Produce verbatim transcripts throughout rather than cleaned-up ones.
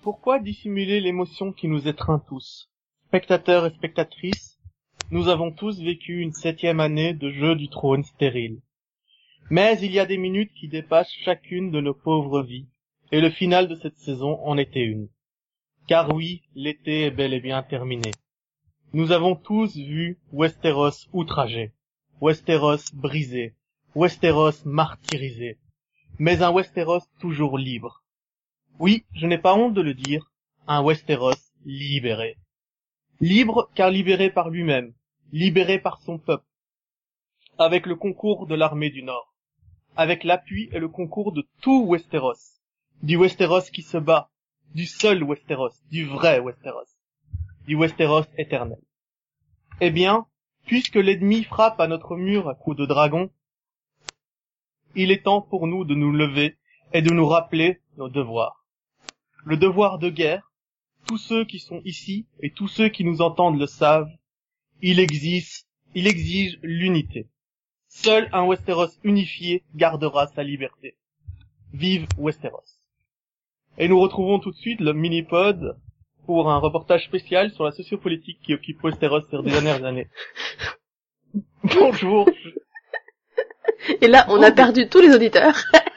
pourquoi dissimuler l'émotion qui nous étreint tous? Spectateurs et spectatrices, nous avons tous vécu une septième année de jeu du trône stérile. Mais il y a des minutes qui dépassent chacune de nos pauvres vies, et le final de cette saison en était une. Car oui, l'été est bel et bien terminé. Nous avons tous vu Westeros outragé, Westeros brisé, Westeros martyrisé, mais un Westeros toujours libre. Oui, je n'ai pas honte de le dire, un Westeros libéré. Libre car libéré par lui-même, libéré par son peuple, avec le concours de l'armée du Nord, avec l'appui et le concours de tout Westeros, du Westeros qui se bat, du seul Westeros, du vrai Westeros, du Westeros éternel. Eh bien, puisque l'ennemi frappe à notre mur à coups de dragon, il est temps pour nous de nous lever et de nous rappeler nos devoirs. Le devoir de guerre, tous ceux qui sont ici et tous ceux qui nous entendent le savent, il existe, il exige l'unité. Seul un Westeros unifié gardera sa liberté. Vive Westeros. Et nous retrouvons tout de suite le mini-pod pour un reportage spécial sur la sociopolitique qui occupe Westeros ces dernières années. Bonjour. Et là, on a perdu tous les auditeurs.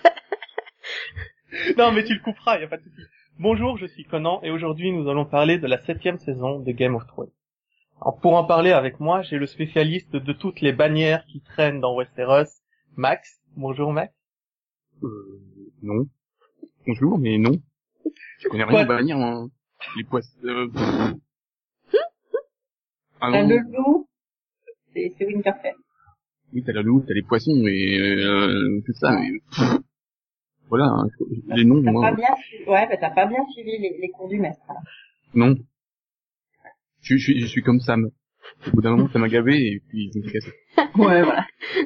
Non, mais tu le couperas, y a pas de souci. Bonjour, je suis Conan et aujourd'hui nous allons parler de la septième saison de Game of Thrones. Alors, pour en parler avec moi, j'ai le spécialiste de toutes les bannières qui traînent dans Westeros, Max. Bonjour Max. Euh, non. Bonjour, mais non. Je connais rien aux bannières, hein. Les poissons, euh... ah non. Le loup, c'est, c'est Winterfell. Oui, t'as le loup, t'as les poissons, et euh, c'est ça, mais... Voilà, hein, les noms, t'as moi... Pas bien su... Ouais, bah t'as pas bien suivi les, les cours du maître, là. Non. Je, je, je suis comme Sam. Au bout d'un moment, ça m'a gavé, et puis je me suis cassé. Ouais, voilà.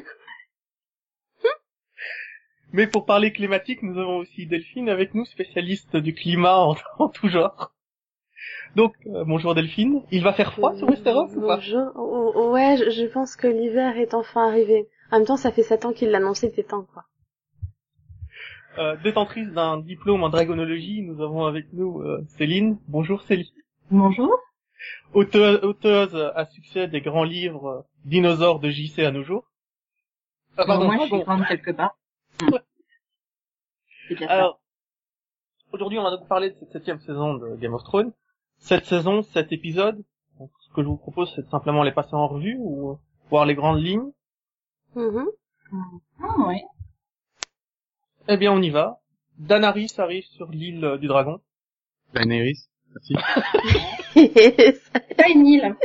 Mais pour parler climatique, nous avons aussi Delphine avec nous, spécialiste du climat en, en tout genre. Donc, euh, bonjour Delphine. Il va faire froid sur Westeros ou pas? Bonjour. Oh, oh, ouais, je, je pense que l'hiver est enfin arrivé. En même temps, ça fait sept ans qu'il l'a annoncé, c'était temps, quoi. Euh, détentrice d'un diplôme en dragonologie, nous avons avec nous euh, Céline. Bonjour Céline. Bonjour. Auteuse, auteuse à succès des grands livres euh, dinosaures de J C à nos jours. Ah, pardon, moi, je suis grande quelque part. Ouais. Alors, aujourd'hui, on va donc parler de cette septième saison de Game of Thrones. Cette saison, cet épisode. Donc, ce que je vous propose, c'est de simplement les passer en revue ou euh, voir les grandes lignes. Mm-hmm. Ah, ouais. Eh bien, on y va. Daenerys arrive sur l'île euh, du dragon. Daenerys, merci. C'est pas une île.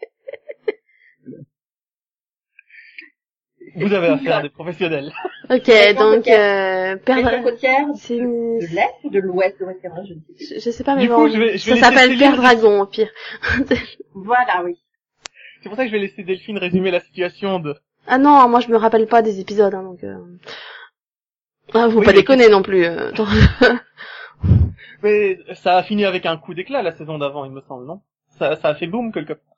Vous avez affaire à des professionnels. Ok, donc euh, perdre côtière, c'est une... de l'est ou de l'ouest de Westeros, je ne sais plus. Je, je sais pas, mais du bon, coup, je vais, je vais ça s'appelle Père Delphine... Dragon au pire. Voilà, oui. C'est pour ça que je vais laisser Delphine résumer la situation de. Ah non, moi je me rappelle pas des épisodes, hein, donc. Euh... Ah, faut oui, pas mais... déconner non plus. Euh... Mais ça a fini avec un coup d'éclat la saison d'avant, il me semble, non? Ça, ça a fait boum quelque part.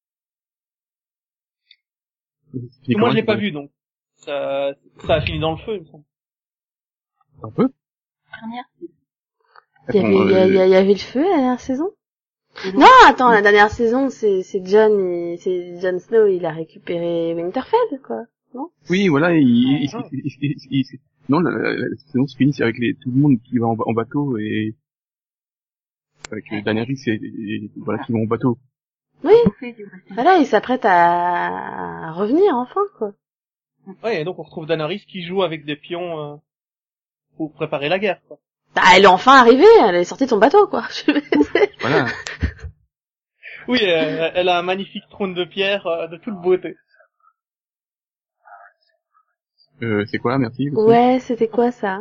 Moi, je l'ai pas vu, donc ça, ça a fini dans le feu, il me semble. Un peu. Dernière saison. Il y avait, il y, a, il y, a, il y avait le feu la dernière saison. Non, attends, la dernière saison, c'est c'est Jon, et c'est Jon Snow, il a récupéré Winterfell, quoi, non? Oui, voilà, il, il, il, il, il, il, il non, la, la, la saison se finit avec les, tout le monde qui va en, en bateau et avec les Daenerys et, et voilà qui vont au bateau. Oui. Voilà, il s'apprête à... à revenir enfin, quoi. Ouais, et donc on retrouve Daenerys qui joue avec des pions euh, pour préparer la guerre, quoi. Bah, elle est enfin arrivée, elle est sortie de son bateau, quoi. Voilà. Oui, elle, elle a un magnifique trône de pierre euh, de toute beauté. Euh, c'est quoi, merci. Ouais, c'était quoi ça?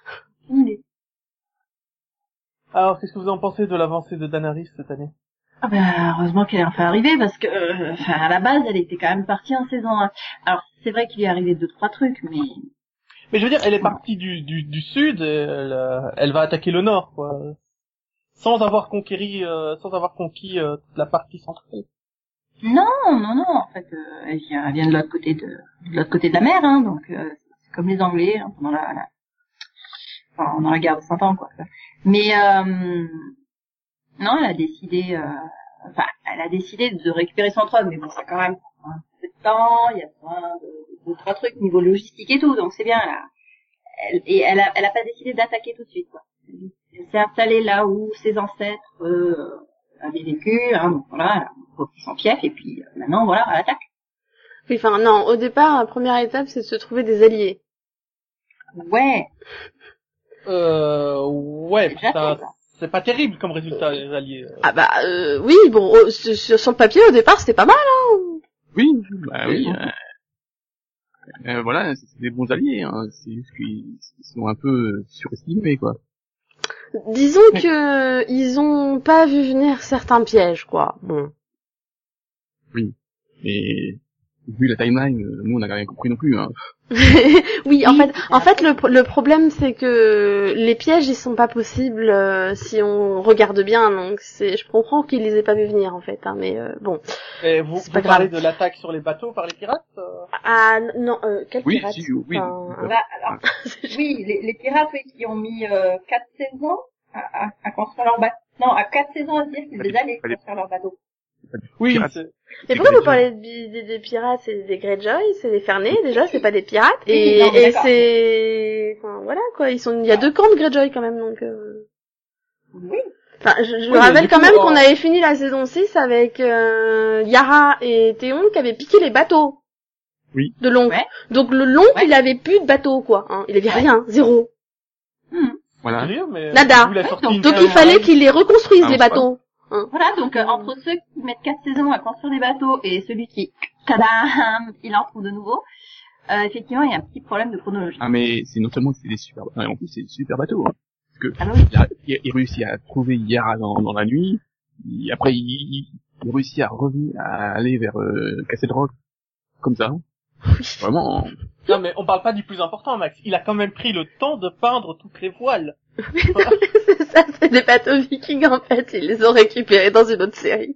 Alors, qu'est-ce que vous en pensez de l'avancée de Daenerys cette année? Ah ben, heureusement qu'elle est enfin arrivée, parce que, euh, enfin, à la base, elle était quand même partie en saison un. Alors, c'est vrai qu'il lui est arrivé deux, trois trucs, mais... Mais je veux dire, elle est partie du, du, du sud, et elle, euh, elle va attaquer le nord, quoi. Sans avoir conquéri, euh, sans avoir conquis euh, toute la partie centrale. Non, non, non, en fait, euh, elle vient, elle vient de l'autre côté de, de l'autre côté de la mer, hein, donc euh, c'est comme les Anglais, hein, pendant la, la, enfin, dans la guerre de Cent Ans, quoi. Mais, euh, Non, elle a décidé, euh, enfin, elle a décidé de récupérer son trône, mais bon, ça quand même prend un peu de temps, il y a besoin de, de, de trois trucs niveau logistique et tout, donc c'est bien, là. Elle, et elle a, elle a pas décidé d'attaquer tout de suite, quoi. Elle s'est installée là où ses ancêtres, euh, avaient vécu, hein, donc voilà, elle a repris son fief, et puis, euh, maintenant, voilà, elle attaque. Oui, enfin, non, au départ, la première étape, c'est de se trouver des alliés. Ouais. Euh, ouais, C'est déjà ça, fait, ça. c'est pas terrible comme résultat, les alliés. Ah bah, euh, oui, bon, oh, sur, sur le papier, au départ, c'était pas mal, hein. Oui, bah oui. Euh, euh, voilà, c'est des bons alliés. Hein. C'est juste qu'ils sont un peu surestimés, quoi. Disons que ils ont pas vu venir certains pièges, quoi. Bon. Oui, mais vu la timeline, nous on n'a rien compris non plus. Hein. Oui, en fait, en fait, le, le problème c'est que les pièges ils sont pas possibles euh, si on regarde bien. Donc c'est, je comprends qu'ils les aient pas vu venir en fait, hein, mais euh, bon. Et vous, C'est vous pas parlez grave. de l'attaque sur les bateaux par les pirates euh Ah non, euh, quel Oui, pirate si, oui. Enfin, oui. Bah, alors, oui, les, les pirates, oui, qui ont mis euh, quatre saisons à, à, à construire leur bateau. Non, à quatre saisons à se dire qu'ils Fallait- allaient fallait- construire leur bateau. Oui, Pirates. c'est- Et pourquoi vous parlez de, bi- des, des pirates, c'est des Greyjoy, c'est des Ferney, déjà, c'est pas des pirates. Oui, Et, non, mais et d'accord. c'est, enfin voilà quoi, ils sont, il y a deux camps de Greyjoy quand même, donc. Euh... Oui. Enfin, je, je Oui, mais rappelle du quand coup, même en- qu'on avait fini la saison six avec euh, Yara et Théon qui avaient piqué les bateaux. Oui. De l'oncle. Ouais. Donc le l'oncle, Ouais. il avait plus de bateau quoi. Hein. Il avait Ouais. rien, zéro. Hmm. Voilà. sérieux, mais Nada. vous l'avez Ouais, sorti donc- une Donc fois il fallait pareil. qu'ils les reconstruisent Ah, les on se bateaux. Voilà, donc euh, entre ceux qui mettent quatre saisons à construire des bateaux et celui qui, tadam, il en trouve de nouveau, euh, effectivement, il y a un petit problème de chronologie. Ah mais c'est non seulement que c'est des super, non, en plus c'est des super bateaux. Hein. Parce que Ah oui. il, a, il, il réussit à trouver Yara dans, dans la nuit. Il, après il, il, il réussit à revenir, à aller vers euh, Castle Rock comme ça. Vraiment. Non, mais on parle pas du plus important, Max. Il a quand même pris le temps de peindre toutes les voiles. C'est ça, c'est des bateaux vikings en fait. Ils les ont récupérés dans une autre série.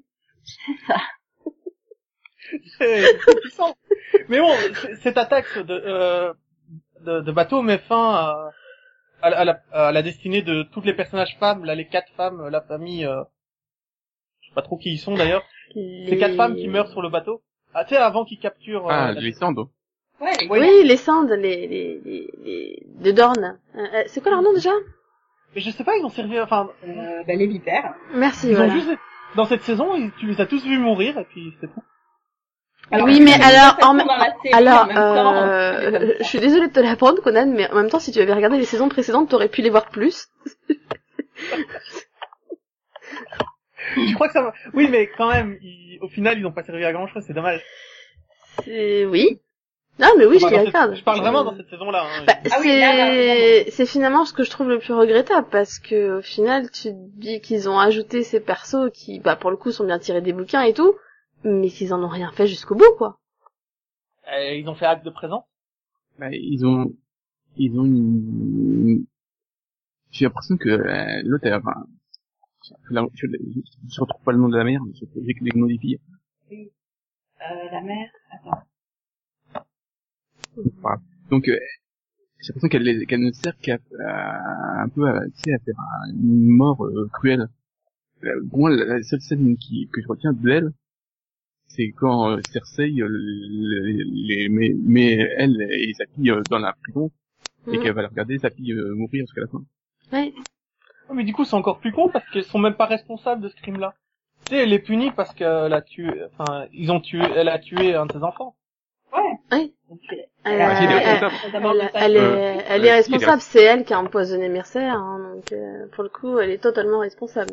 C'est c'est puissant. Mais bon, c- cette attaque de, euh, de, de bateau met fin à, à, la, à, la, à la destinée de toutes les personnages femmes, là, les quatre femmes, la famille, euh, je sais pas trop qui ils sont d'ailleurs. Les... Ces quatre femmes qui meurent sur le bateau. Ah, tu sais, avant qu'ils capturent... Ah, euh, la- les Sando. Ouais, les Oui, les Sands, les, les, les, les, de Dorne. Euh, euh, c'est quoi leur nom déjà? Mais je sais pas, ils ont servi... Enfin, euh, bah, les vipères. Merci, ils voilà. ont juste... Dans cette saison, ils- tu les as tous vus mourir, et puis c'est tout. Alors, Oui, je mais sais alors, pas en si même- dans la série, Alors, en même temps, euh, c'est comme ça. je suis désolée de te l'apprendre, Conan, mais en même temps, si tu avais regardé les saisons précédentes, t'aurais pu les voir plus. Je crois que ça va... Oui, mais quand même, ils- au final, ils ont pas servi à grand chose, c'est dommage. C'est, oui. Non, mais oui, je Enfin, les dans cette- regarde. Je parle vraiment dans cette saison-là. Hein. Bah, Ah oui, là, là, c'est, c'est finalement ce que je trouve le plus regrettable, parce que, au final, tu te dis qu'ils ont ajouté ces persos qui, bah, pour le coup, sont bien tirés des bouquins et tout, mais qu'ils en ont rien fait jusqu'au bout, quoi. Euh, ils ont fait acte de présence. Bah, ils ont, ils ont une, j'ai l'impression que euh, l'autre, elle, enfin, je, je, je, je retrouve pas le nom de la mère, mais je- j'ai que les noms des filles. Oui. Euh, la mère, attends. Voilà. Donc, euh, j'ai l'impression qu'elle, les- qu'elle ne sert qu'à à, un peu à, tu sais, à faire un- une mort euh, cruelle. Euh, Pour moi, la, la seule scène qui, que je retiens d'elle, c'est quand euh, Cersei euh, les, les, met, met elle et sa fille euh, dans la prison et Mhm. qu'elle va regarder sa fille euh, mourir jusqu'à la fin. Ouais. Oh, mais du coup, c'est encore plus con parce qu'ils sont même pas responsables de ce crime-là. Tu sais, elle est punie parce qu'elle a tué, enfin, ils ont tué, elle a tué un de ses enfants. Ouais. Oui. Donc, euh, Elle, Ah, si, elle est elle- responsable. elle, elle Euh, est, elle euh, est si, responsable, c'est elle qui a empoisonné Mercer, hein, donc euh, pour le coup, elle est totalement responsable.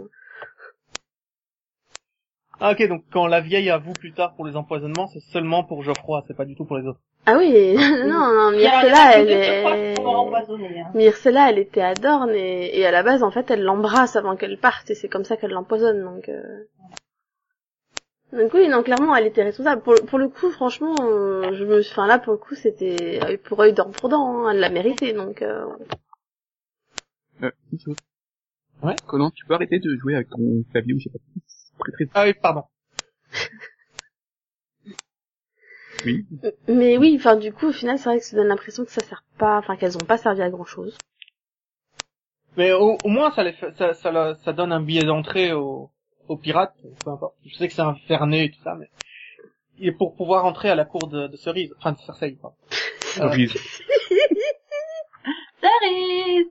Ah, ok, donc quand la vieille avoue plus tard pour les empoisonnements, c'est seulement pour Geoffroy, c'est pas du tout pour les autres. Ah oui, non, non, il y a- il y a Myrcella, que elle deux, je crois, est... qui sont empoisonnés, hein. Myrcella, elle était à Dorne, et, et à la base, en fait, elle l'embrasse avant qu'elle parte, et c'est comme ça qu'elle l'empoisonne, donc... Euh... Donc oui, non, clairement, elle était responsable. Pour, pour le coup, franchement, euh, je me... Enfin, là, pour le coup, c'était œil pour œil, dent pour dent, hein, elle l'a mérité, donc... Euh... Euh, une chose. Ouais. Conan, tu peux arrêter de jouer avec ton clavier ou je sais pas. C'est très très. Ah oui, pardon. Oui. Mais oui, enfin, du coup, au final, c'est vrai que ça donne l'impression que ça sert pas... Enfin, qu'elles ont pas servi à grand-chose. Mais au, au moins, ça, les fait, ça, ça, ça, ça donne un billet d'entrée aux, aux pirates, peu importe. Je sais que c'est un ferné et tout ça, mais et pour pouvoir entrer à la cour de, de Cerise, enfin de Cersei, quoi. Cerise. Cerise.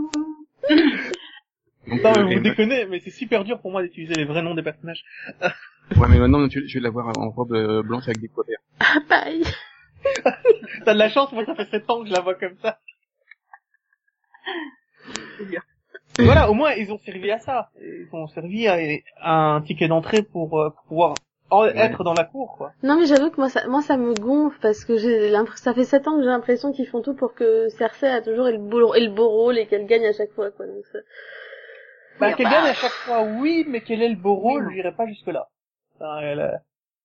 Donc, Non, euh, mais et vous déconnez, mais c'est super dur pour moi d'utiliser les vrais noms des personnages. ma- ouais, mais maintenant, tu, je vais la voir en robe euh, blanche avec des pois verts. Ah, pareil. T'as de la chance, moi ça fait sept ans que je la vois comme ça. Voilà, au moins ils ont servi à ça. Ils ont servi à, à un ticket d'entrée pour, euh, pour pouvoir en- Ouais. être dans la cour, quoi. Non, mais j'avoue que moi, ça, moi, ça me gonfle parce que j'ai l'impression, ça fait sept ans que j'ai l'impression qu'ils font tout pour que Cersei a toujours le beau, et le beau rôle et qu'elle gagne à chaque fois, quoi. Donc, ça... Bah, Oui, qu'elle bah, gagne à chaque fois, oui, mais quel est le beau rôle, Oui, non. je dirais pas jusque là. Enfin, elle, euh,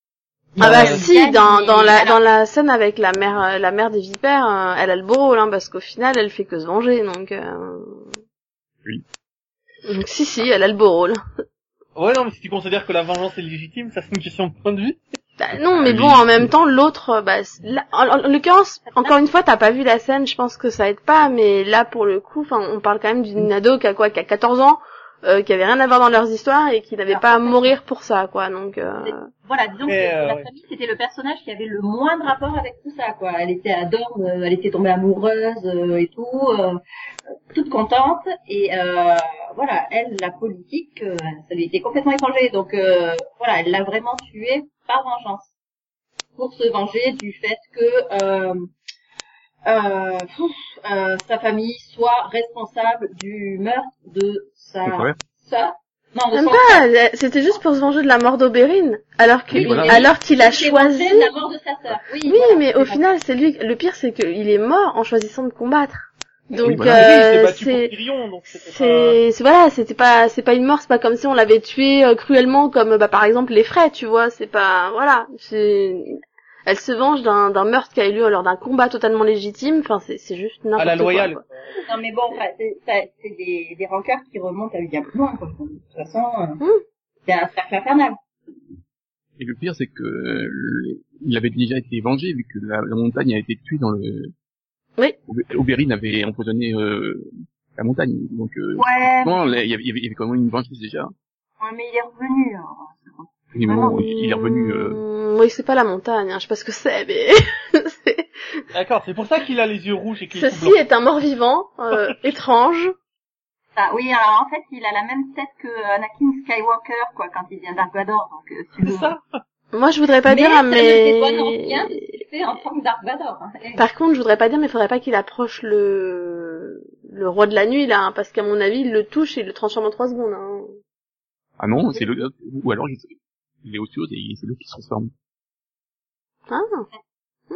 Ah bah euh, si, gagne, dans, mais dans la, alors- dans la scène avec la mère, euh, la mère des vipères, euh, elle a le beau rôle, hein, parce qu'au final, elle fait que se venger, donc, euh... Oui. Donc si, si, elle a le beau rôle. Ouais, non, mais si tu considères que la vengeance est légitime, ça c'est une question de point de vue. Bah, non, mais Ah, bon, oui. en même temps, l'autre, euh, bah, c'est- là, en, en- en l'occurrence, encore une fois, t'as pas vu la scène, je pense que ça aide pas, mais là, pour le coup, enfin, on parle quand même d'une ado qui a quoi, qui a quatorze ans, euh, qui avait rien à voir dans leurs histoires et qui n'avait Alors, pas à en fait, mourir pour ça, quoi, donc, euh... Voilà, disons Mais, que euh, la ouais. famille, c'était le personnage qui avait le moins de rapport avec tout ça, quoi. Elle était à Dorne, euh, elle était tombée amoureuse euh, et tout, euh, toute contente. Et euh, voilà, elle, la politique, euh, ça lui était complètement étranger. Donc euh, voilà, elle l'a vraiment tué par vengeance. Pour se venger du fait que euh, euh, pouf, euh, sa famille soit responsable du meurtre de sa Son frère. sœur. Non, de Même son pas, frère. elle- c'était juste pour se venger de la mort d'Oberyn, alors qu'il, Oui, voilà. alors qu'il a Il s'est choisi... vengé de la mort de sa sœur. Oui, Oui, voilà, mais au c'est final, c'est lui, le pire, c'est qu'il est mort en choisissant de combattre. Donc, Oui, voilà. Oui, il s'est euh, battu pour c'est, Tyrion, donc c'était pas... c'est, c'est, voilà, c'était pas, c'est pas une mort, c'est pas comme si on l'avait tué euh, cruellement, comme, bah, par exemple, les Frey, tu vois, c'est pas, voilà, c'est, elle se venge d'un, d'un meurtre qui a eu lieu lors d'un combat totalement légitime, enfin, c'est, c'est juste n'importe à la quoi, loyale. quoi. Non mais bon, enfin, c'est, ça- c'est des, des rancœurs qui remontent à bien plus loin, quoi. De toute façon, euh, Mm. c'est un cercle infernal. Et le pire, c'est que euh, le- il avait déjà été vengé vu que la, la montagne a été tuée dans le. Oui. Oberyn avait empoisonné euh, la montagne, donc euh, Ouais, bon, là, il y avait, il y avait il y avait quand même une vengeance déjà. ouais, mais il est revenu. Alors. Mais bon, il est revenu. Euh... Mm, oui, c'est pas la montagne, hein, je sais pas ce que c'est, mais c'est- D'accord, c'est pour ça qu'il a les yeux rouges et qu'il est tout ceci blanc. est un mort-vivant, euh, étrange. Ah, oui, alors en fait, il a la même tête que Anakin Skywalker, quoi, quand il vient Dark Vador. Donc, euh, tu C'est le- ça. Moi, je voudrais pas mais dire, ça ne dédouane en mais... rien de ce qu'il fait en tant que Dark Vador. Hein. Et- Par contre, je voudrais pas dire, mais faudrait pas qu'il approche le le roi de la nuit là, hein, parce qu'à mon avis, il le touche et il le transforme en trois secondes. Hein. Ah non, c'est le ou alors il, il est autre chose et c'est lui qui se transforme. Ah. Hmm.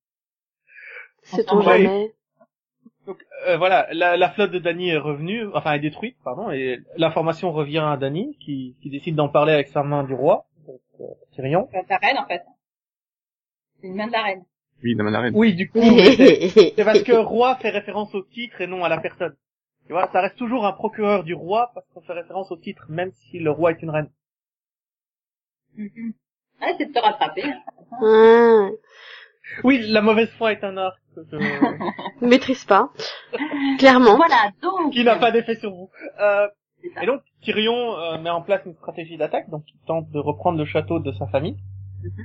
Sait-on Ouais. jamais. Donc euh, voilà, la, la flotte de Dany est revenue, enfin est détruite, pardon, et l'information revient à Dany, qui, qui décide d'en parler avec sa main du roi, donc euh, Tyrion. C'est sa reine, en fait. C'est une main de la reine. Oui, la mandarine. Oui, du coup, mais c'est c'est parce que roi fait référence au titre et non à la personne. Tu vois, ça reste toujours un procureur du roi parce qu'on fait référence au titre, même si le roi est une reine. Mhm. Ouais, c'est de te rattraper. Ah, Oui, la mauvaise foi est un art que je... je maîtrise pas. Clairement. Voilà, donc. qui n'a pas d'effet sur vous. Euh, C'est ça. et donc, Tyrion euh, met en place une stratégie d'attaque, donc il tente de reprendre le château de sa famille. Mhm.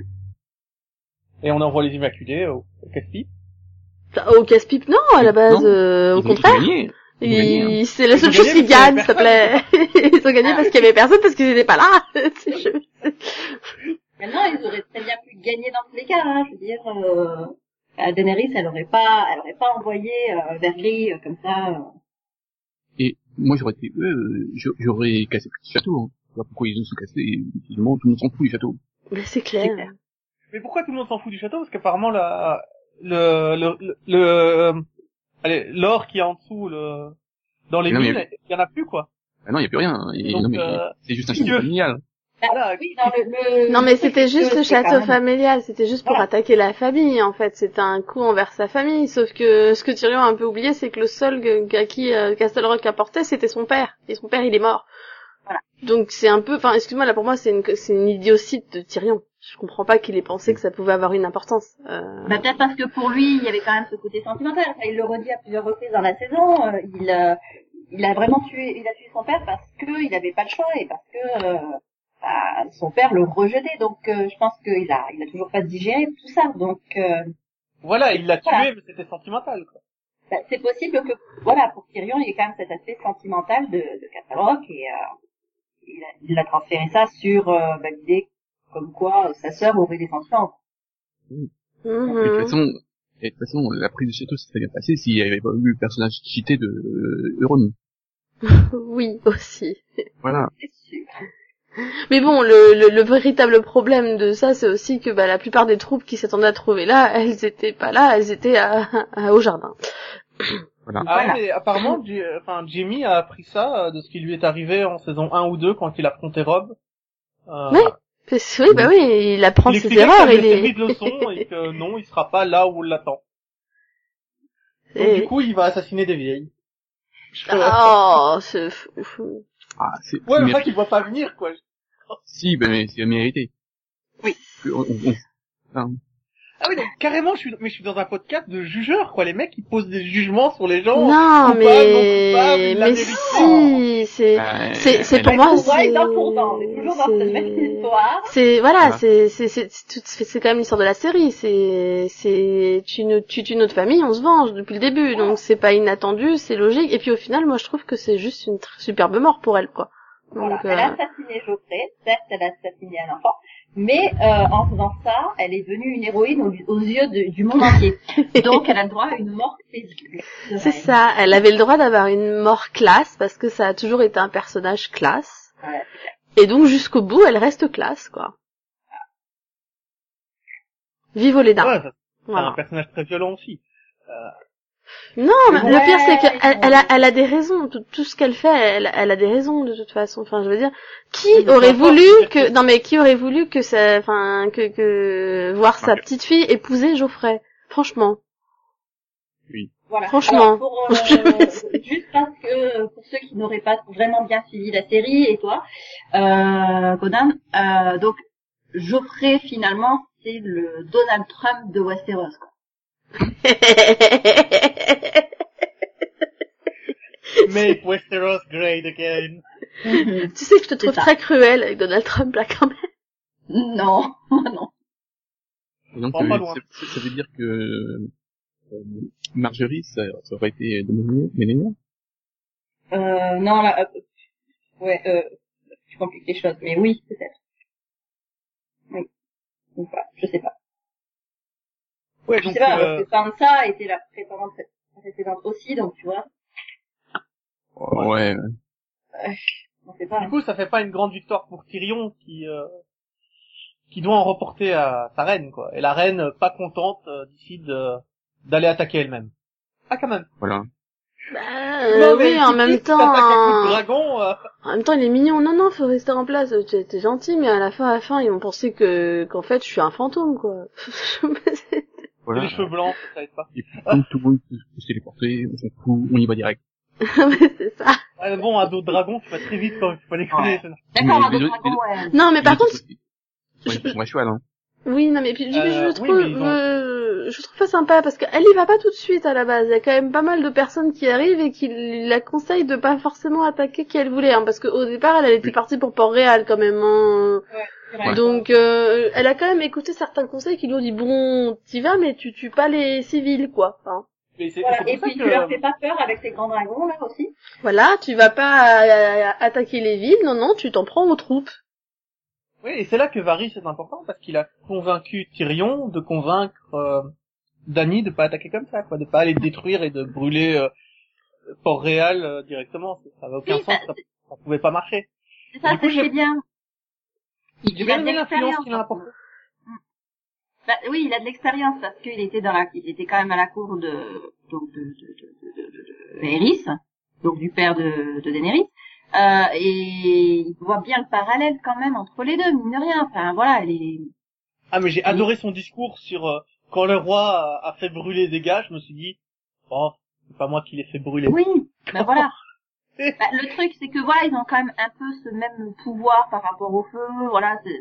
Et on envoie les Immaculés au, au Casse-Pipe. Au casse-pipe, non, à la base, Non, euh, au Ils ont- contraire. Ils ont gagné. Ils ont gagné, hein. Ils- C'est la Ils seule ont chose gagné qu'ils parce qu'il y gagnent, avait s'il te plaît. Ils ont gagné parce qu'il y avait personne, parce qu'ils n'étaient pas là. C'est je- Maintenant, ils auraient très bien pu gagner dans tous les cas, hein. Je veux dire, euh, euh, Daenerys, elle aurait pas, elle aurait pas envoyé euh, Vergris euh, comme ça. euh. Et moi j'aurais été eux, euh, j'a- j'aurais cassé le château. Hein. Alors, pourquoi ils ont se cassé? Finalement, tout le monde s'en fout du château. Mais c'est C'est clair. clair. Mais pourquoi tout le monde s'en fout du château? Parce qu'apparemment, la, le, le, le, le- allez, l'or qui est en dessous, le, dans les Non, mais- mines, il y en a plus, quoi. Ah non, il y a plus rien. Et, Donc, non, mais euh, c'est juste un si château tu veux- familial. Bah, Voilà. oui, dans le, le- Non mais le truc, c'était c'est juste que le c'est quand château même- familial, c'était juste pour Voilà. attaquer la famille en fait, c'était un coup envers sa famille, sauf que ce que Tyrion a un peu oublié c'est que le seul que- à qui euh, Castle Rock apportait c'était son père, et son père il est mort. Voilà. Donc c'est un peu, enfin excuse-moi là pour moi c'est une, c'est une idiotie de Tyrion, je comprends pas qu'il ait pensé que ça pouvait avoir une importance. Euh... Bah, peut-être parce que pour lui, il y avait quand même ce côté sentimental. Enfin, il le redit à plusieurs reprises dans la saison. euh, il, euh, il a vraiment tué, il a tué son père parce que il avait pas le choix et parce que euh, bah, son père le rejetait. Donc euh, je pense qu'il a, il a toujours pas digéré tout ça. Donc euh, Voilà, il l'a tué, voilà. mais c'était sentimental, quoi. Bah, c'est possible que, voilà, pour Tyrion, il y ait quand même cet aspect sentimental de, de Castle Rock et euh, il, a, il a transféré ça sur euh, bah, l'idée comme quoi euh, sa sœur aurait des sentiments. Oui. Mhm. Mais de toute façon, et de toute façon, la prise du château serait bien passée s'il n'y avait pas eu le personnage cheaté de euh, Euron. Oui, aussi. Voilà. C'est sûr. Mais bon, le, le, le véritable problème de ça, c'est aussi que bah, la plupart des troupes qui s'attendaient à trouver là, elles étaient pas là, elles étaient à, à, au jardin. Voilà. Ah, Voilà. mais apparemment, J- enfin, Jamie a appris ça euh, de ce qui lui est arrivé en saison un ou deux quand il affrontait Rob. Euh, Oui. Parce que, oui, bah oui, il apprend il ses expliquait erreurs, que ça il lui a servi est... de leçon et que non, il sera pas là où on l'attend. Donc Et- du coup, il va assassiner des vieilles. Oh, c'est fou. Ah, c'est, Ouais, c'est le méri- fait qu'il voit pas venir, quoi. Si, ben, mais c'est mérité. Oui. Que on- on- on- enfin, Ah oui, donc carrément, je suis, mais je suis dans un podcast de jugeurs, quoi. Les mecs, ils posent des jugements sur les gens. Non, coupable, non coupable, mais, il l'a mais mérité. si, c'est, bah, c'est, c'est elle pour a- moi, On voit c'est, dans pour dans, on est toujours dans cette même c'est, histoire. c'est, voilà, Voilà. c'est, c'est, c'est, c'est, tout- c'est c'est quand même l'histoire de la série, c'est, c'est, tu nous, tu tues notre famille, on se venge depuis le début, donc c'est pas inattendu, c'est logique, et puis au final, moi je trouve que c'est juste une tr- superbe mort pour elle, quoi. Voilà, Donc, elle a euh, assassiné Geoffrey, certes elle a assassiné un enfant, mais euh, en faisant ça, elle est devenue une héroïne aux, aux yeux de- du monde entier. Donc elle a le droit à une mort paisible. c'est ça, elle avait le droit d'avoir une mort classe, parce que ça a toujours été un personnage classe, Voilà. et donc jusqu'au bout, elle reste classe, quoi. Vive Oléda. Ouais, ça- c'est Voilà. un personnage très violent aussi. Non, mais Ouais, le pire c'est qu'elle ils ont- elle a, elle a des raisons. Tout, tout ce qu'elle fait, elle, elle a des raisons de toute façon. Enfin, je veux dire, qui Oui, mais peu aurait importe, voulu c'est-à-dire que, que- non mais qui aurait voulu que ça, enfin, que que voir sa Ok. petite fille épouser Geoffrey. Franchement. Voilà. Franchement. Alors, pour, euh, juste parce que pour ceux qui n'auraient pas vraiment bien suivi la série et toi, euh, Conan, euh, donc Geoffrey finalement c'est le Donald Trump de Westeros, quoi. Make Westeros great again. Tu sais que je te trouve ça. très cruel avec Donald Trump là quand même. Non, non. et donc, Pas euh, loin. ça, ça veut dire que euh, Marjorie, ça, ça aurait été de meilleur. Euh, non, là, euh, ouais, euh, je complique les choses, mais oui, peut-être. Oui. Donc voilà, je sais pas. Ouais, Je donc, sais pas, euh, parce que Sansa était la prétendante précédente aussi, donc tu vois, Ouais. on sait pas. du coup, ça fait pas une grande victoire pour Tyrion qui, euh, qui doit en reporter à sa reine, quoi. Et la reine, pas contente, euh, décide euh, d'aller attaquer elle-même. Ah, quand même. Voilà. Bah, Non, euh, mais oui, en tout de même suite, temps. t'attaques un coup de hein. dragon, euh, En même temps, il est mignon. Non, non, faut rester en place. Tu es gentil, mais à la fin, à la fin, ils vont penser que qu'en fait, je suis un fantôme, quoi. et Voilà. les cheveux blancs, ça aide pas. Et puis, comme tout le monde peut se téléporter, on s'en fout, on y va direct. C'est ça. Ouais, bon, un dos de dragon, tu vas très vite quand il faut les connaître. D'accord, Mais un les autre deux- dragon, ouais. Non, mais par Les deux contre, sont- Ouais, ils sont à cheval, hein. oui, non, mais puis je, Euh, je oui, trouve, mais ils ont- euh, je trouve pas sympa parce qu'elle y va pas tout de suite à la base. Il y a quand même pas mal de personnes qui arrivent et qui la conseillent de pas forcément attaquer qui elle voulait, hein, parce qu'au départ, elle, elle était Oui. partie pour Port-Réal quand même. Hein. C'est vrai. Ouais. Donc, euh, elle a quand même écouté certains conseils qui lui ont dit bon, t'y vas, mais tu tues pas les civils, quoi. Hein. Mais c'est Voilà. c'est Et pour puis ça tu leur que... fais pas peur avec tes grands dragons, là, aussi. Voilà, tu vas pas euh, attaquer les villes, non, non, tu t'en prends aux troupes. Oui, et c'est là que Varys est important, parce qu'il a convaincu Tyrion de convaincre euh, Dany de pas attaquer comme ça, quoi, de pas aller détruire et de brûler euh, Port-Réal euh, directement. Ça avait aucun Oui, sens, bah, ça, ça pouvait pas marcher. C'est ça, Du coup, c'est j'ai- c'est bien. Il, J'ai il a bien de aimé l'influence l'expérience. qu'il a apportée. Bah, oui, il a de l'expérience parce qu'il était dans la, il était quand même à la cour de, donc de, de, de, de, de, de Aerys, donc du père de, de Daenerys, euh, et il voit bien le parallèle quand même entre les deux, mine de rien. Enfin, voilà, elle est, Ah, mais j'ai adoré son discours sur euh, quand le roi a, a fait brûler des gars, je me suis dit, oh, c'est pas moi qui l'ai fait brûler. oui, ben voilà. Bah, le truc, c'est que voilà, ils ont quand même un peu ce même pouvoir par rapport au feu, voilà, c'est,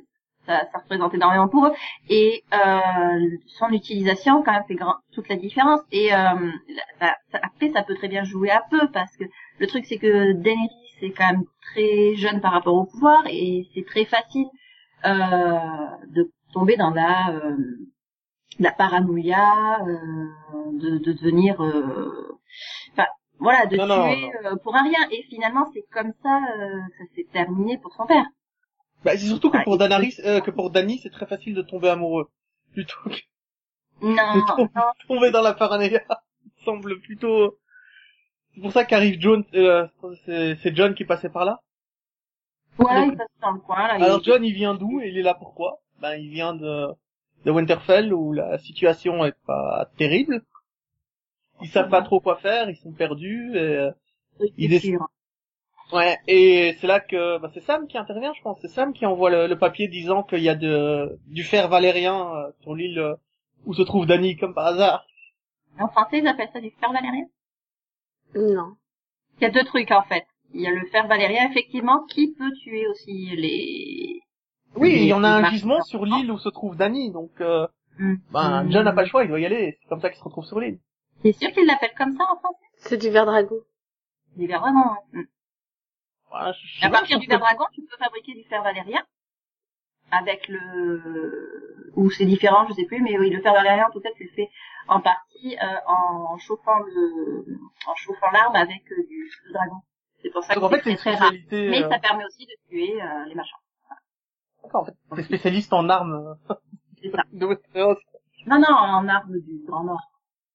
ça, ça représente énormément pour eux. Et euh, son utilisation, quand même, fait grand, toute la différence. Et euh, ça, ça, après, ça peut très bien jouer à peu, parce que le truc, c'est que Daenerys est quand même très jeune par rapport au pouvoir, et c'est très facile euh, de tomber dans la, euh, la paranoïa, euh, de, de devenir... Euh, enfin, voilà, de non, tuer non, non. Euh, pour un rien. Et finalement, c'est comme ça, euh, ça s'est terminé pour son père. Bah, c'est surtout que Ah, pour et- Daenerys, euh, que pour Dany, c'est très facile de tomber amoureux. Plutôt que Non, de tom- non, tomber dans la paranoïa. Il semble plutôt... C'est pour ça qu'arrive John, euh, c'est, c'est John qui passait par là. ouais, Donc, il passe dans le coin, là. alors il... John, il vient d'où et il est là pourquoi? Ben, il vient de, de Winterfell où la situation est pas terrible. Ils savent pas trop quoi faire, ils sont perdus. Et, euh, ils c'est décident- sûr. Ouais, et c'est là que bah, c'est Sam qui intervient, je pense. C'est Sam qui envoie le, le papier disant qu'il y a de, du fer valérien euh, sur l'île euh, où se trouve Dany, comme par hasard. En français, ils appellent ça du fer valérien. Non. Il y a deux trucs, en fait. Il y a le fer valérien, effectivement, qui peut tuer aussi les... Oui, il y en a un les gisement sur l'île où se trouve Dany, donc euh, Hum, ben hum. John n'a pas le choix, il doit y aller. C'est comme ça qu'il se retrouve sur l'île. C'est sûr qu'ils l'appellent comme ça, en français? C'est du ver dragon. Du ver dragon, ouais. Hum. Voilà, je- je sais À pas, partir je du trouve ver dragon, tu peux fabriquer du fer valérien. Avec le... Ou c'est différent, je sais plus, mais oui, le fer valérien, en tout cas, tu le fais en partie euh, en chauffant le... en chauffant l'arme avec euh, du feu de dragon. C'est pour ça que- que donc en c'est fait, c'est très une très rare. spécialité. Mais euh, ça permet aussi de tuer euh, les machins. D'accord, en fait, t'es spécialiste en armes euh, C'est ça. de Westeros. Non, non, en arme du Grand Nord.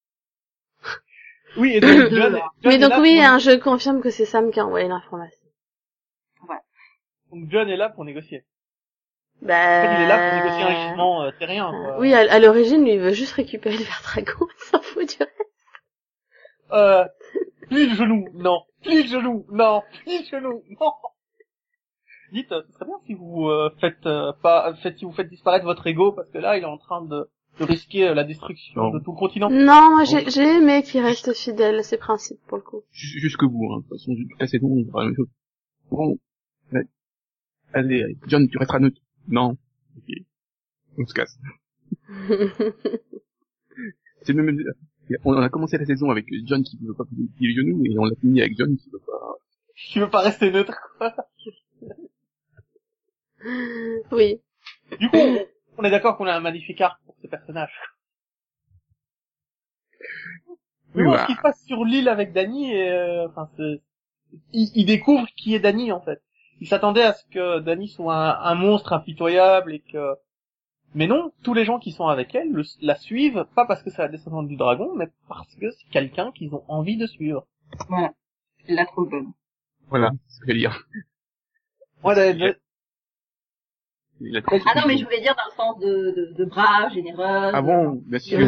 Oui, et donc Deux, John, là. John Mais est donc là oui, pour... hein, je confirme que c'est Sam qui a envoyé l'information. donc John est là pour négocier. Bah... En fait, il est là pour négocier un gisement euh, terrien, euh, quoi. Oui, à, à l'origine, lui, il veut juste récupérer le ver dragon, il s'en fout du reste. Euh, plie le genou, non. Plie le genou, non. Plie le genou, non. Dites, euh, ce serait bien si vous euh, faites euh, pas, faites si vous faites disparaître votre ego, parce que là, il est en train de, de risquer euh, la destruction Non. de tout le continent. Non, moi j'ai j'ai aimé qu'il reste fidèle à ses principes, pour le coup. Jus- Jusque bout, hein. De toute façon, toute la saison, on fera la même chose. Bon. Ouais. Allez, allez, John, tu resteras neutre. Non. Ok. On se casse. C'est le même, on a commencé la saison avec John qui veut pas plier le genou et on l'a fini avec John qui veut pas. Tu veux pas rester neutre, quoi. Oui. Du coup, on, on est d'accord qu'on a un magnifique arc pour ce personnage. Mais Oui, bon, bah. ce qui se passe sur l'île avec Dany, euh, enfin, c'est, il, il découvre qui est Dany, en fait. Il s'attendait à ce que Dany soit un, un monstre impitoyable et que, mais non, tous les gens qui sont avec elle le- la suivent, pas parce que c'est la descendante du dragon, mais parce que c'est quelqu'un qu'ils ont envie de suivre. Voilà. Je la trouve bonne. Voilà, c'est ce que je veux dire. Moi, la- la- Il a trop- Ah non, mais je voulais dire dans le sens de, de, de brave, généreuse. Ah bon, bien sûr.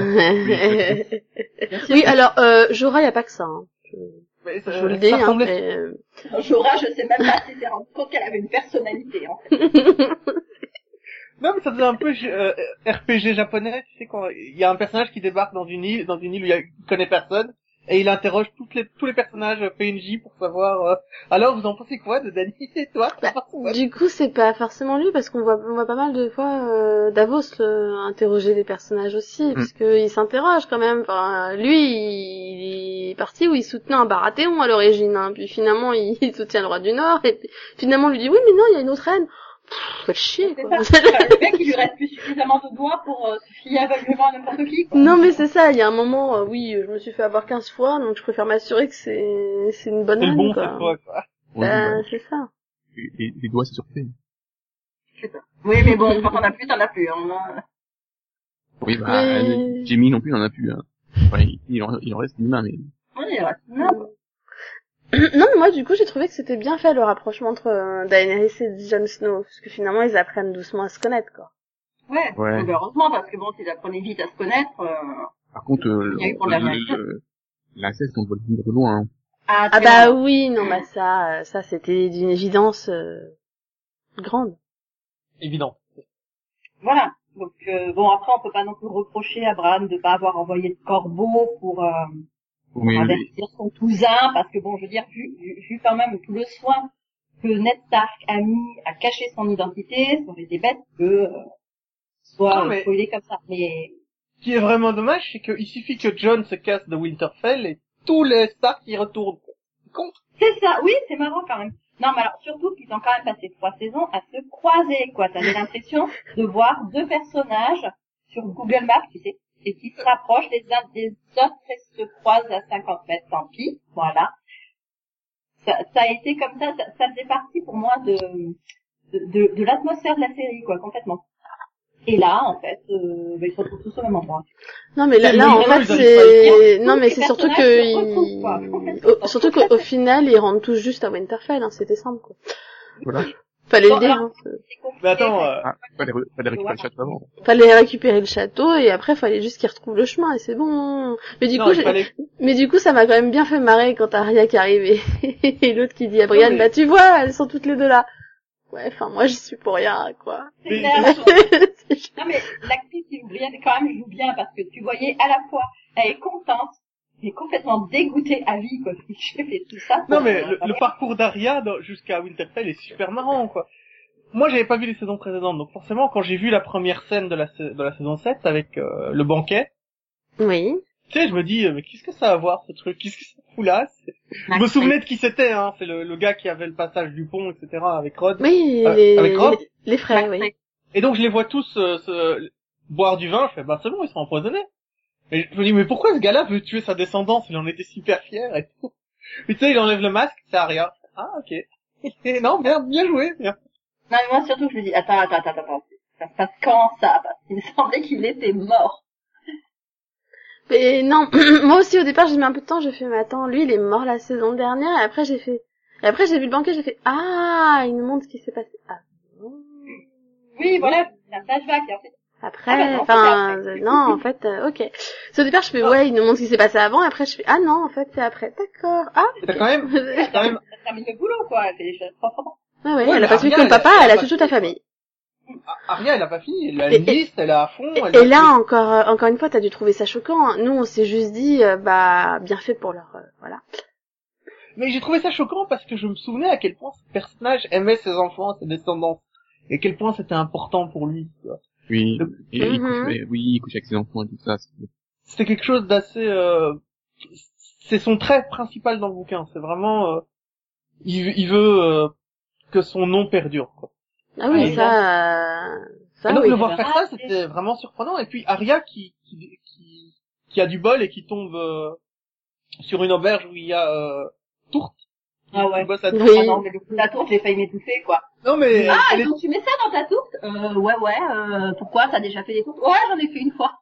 Bien sûr. Oui, alors, euh, Jorah, y a pas que ça, hein. mais ça- Je vous le ça dis, hein, ressemblait- mais, euh, Jorah, je sais même pas si s'est rendu compte qu'elle avait une personnalité, en fait. Non, mais ça faisait un peu euh, R P G japonais, tu sais, quand il y a un personnage qui débarque dans une île, dans une île où il, y a, il connaît personne, et il interroge toutes les, tous les personnages P N J pour savoir, euh, alors vous en pensez quoi de Dany et toi? Bah, du coup, c'est pas forcément lui, parce qu'on voit, on voit pas mal de fois euh, Davos euh, interroger les personnages aussi, parce que il s'interroge quand même. Enfin, lui, il est parti où il soutenait un Baratheon à l'origine, hein, puis finalement, il, il soutient le roi du Nord, et puis, finalement, on lui dit, oui, mais non, il y a une autre reine. Pff, faut le chier, C'est quoi. ça. Enfin, le mec, il lui reste plus suffisamment de doigts pour euh, se fier aveuglément à n'importe qui, quoi. Non, mais c'est ça, il y a un moment, euh, oui, je me suis fait avoir quinze fois, donc je préfère m'assurer que c'est, c'est une bonne C'est le reine, bon quoi. cette fois, quoi. Oui, Bah, bah, c'est ça. et- et les doigts, c'est surfait. Oui, mais bon, quand on a plus, t'en as plus, hein. Oui, bah, Mais- Jamie non plus, il en a plus, hein. Enfin, il, il en, il en reste une main, mais... Oui, il reste non. Non, mais moi, du coup, j'ai trouvé que c'était bien fait, le rapprochement entre euh, Daenerys et Jon Snow, parce que finalement, ils apprennent doucement à se connaître, quoi. Ouais, Ouais. donc, heureusement, parce que bon, s'ils apprenaient vite à se connaître, euh... Par contre, euh, Il y a eu pour le- la le- réaction. le- l'inceste, on le voit venir de loin, hein. Ah très bah bien. oui, non, bah ça, euh, ça, c'était d'une évidence euh, grande. Évident. Voilà. Donc, euh, bon, après, on peut pas non plus reprocher à Bran de pas avoir envoyé de corbeau pour, euh, pour Oui, oui. avertir son cousin, parce que bon, je veux dire, vu, vu, vu quand même tout le soin que Ned Stark a mis à cacher son identité, ça aurait été bête que euh, soit Non, mais- spoilé comme ça. Mais Ce qui est vraiment dommage, c'est qu'il suffit que Jon se casse de Winterfell et tous les Stark y retournent. C'est con. c'est ça, oui, c'est marrant quand même. Non, mais alors surtout qu'ils ont quand même passé trois saisons à se croiser, quoi. T'avais l'impression de voir deux personnages sur Google Maps, tu sais, et qui se rapprochent les uns des autres et se croisent à cinquante mètres, tant pis, voilà. Ça, ça a été comme ça, ça, ça faisait partie pour moi de, de, de, de l'atmosphère de la série, quoi, complètement. Et là, en fait, euh, bah, ils se retrouvent tous au même endroit. Non mais là, Mais là oui, en vraiment, fait ils arrivent pas à y c'est croire. non mais Tous c'est les surtout personnages que se retrouvent, quoi. ils- Complètement. au- surtout qu'au au final ils rentrent tous juste à Winterfell, hein, c'était simple quoi. Voilà. Fallait Bon, le dire. alors, Hein. c'est- C'est compliqué, Mais attends, ouais. euh, Ah, fallait, re- fallait récupérer le château avant. Fallait récupérer le château et après fallait juste qu'ils retrouvent le chemin et c'est bon. Mais du non, coup il j'ai- fallait... mais du coup ça m'a quand même bien fait marrer quand Arya qui arrive et, et l'autre qui dit à Brian mais- bah tu vois elles sont toutes les deux là. Ouais enfin moi j'y suis pour rien quoi. C'est Mais- clair. C'est- Non mais l'actrice qui joue Brienne quand même joue bien parce que tu voyais à la fois elle est contente mais complètement dégoûtée à vie quoi. J'ai fait tout ça. pour- Non mais le, le parcours d'Arya dans- jusqu'à Winterfell est super marrant, quoi. Moi, j'avais pas vu les saisons précédentes, donc forcément, quand j'ai vu la première scène de la, sa- de la saison sept avec euh, le banquet, Oui. tu sais, je me dis, euh, mais qu'est-ce que ça a à voir, ce truc? Qu'est-ce que ça fout là? C'est- Je me souvenais de qui c'était, hein. C'est le, le gars qui avait le passage du pont, et cetera, avec Rod. Oui Euh, les, avec Rob les, les frères oui. Et donc, je les vois tous euh, se, boire du vin. Je fais, bah c'est bon, ils sont empoisonnés. Et je me dis, mais pourquoi ce gars-là veut tuer sa descendance? Il en était super fier et tout. Et tu sais, il enlève le masque, c'est Arya. Ah, ok. Et non, bien, bien joué, bien. Non mais moi surtout je me dis attends attends attends attends ça se passe quand ça parce qu'il me semblait qu'il était mort. Mais non, moi aussi au départ j'ai mis un peu de temps, j'ai fait mais attends, lui il est mort la saison dernière et après j'ai fait et après j'ai vu le banquet, j'ai fait ah, il nous montre ce qui s'est passé. Ah. Oui voilà c'est un flashback et en fait Après, Ah bah non, enfin c'était après. euh, non, en fait euh, OK. Parce qu'au départ je fais ouais, il nous montre ce qui s'est passé avant et après je fais ah non, en fait c'est après. D'accord. Ah. T'as quand même, ça quand même, termine le boulot quoi elle fait les choses proprement. Ah ouais, Ouais, elle mais a pas suivi Arya, que le papa, elle a- elle a elle a tué toute la famille. Arya, elle a pas fini. Elle a Et- une liste, elle est à fond. elle Et a là fait- encore euh, encore une fois, t'as dû trouver ça choquant. Nous on s'est juste dit euh, bah bien fait pour leur euh, voilà. Mais j'ai trouvé ça choquant parce que je me souvenais à quel point ce personnage aimait ses enfants, ses descendants. Et à quel point c'était important pour lui, tu vois. Oui. Et il Mhm. couche, et- oui, il couche avec ses enfants et tout ça. c'est- C'était quelque chose d'assez, euh, c'est son trait principal dans le bouquin. C'est vraiment, euh, il, il veut euh, que son nom perdure, quoi. Ah oui, Ah, ça euh, ça Et donc oui. le voir Ah, faire ça, c'est- c'était vraiment surprenant. Et puis Arya qui qui qui, qui a du bol et qui tombe euh, sur une auberge où il y a euh, Tourte. Ah ouais. qui bosse à Oui. Tourte. Ah non mais le coup de la tourte j'ai failli m'étouffer quoi. Non mais Ah elle est- donc tu mets ça dans ta tourte? Euh ouais ouais euh, pourquoi t'as déjà fait des tourtes? Ouais j'en ai fait une fois.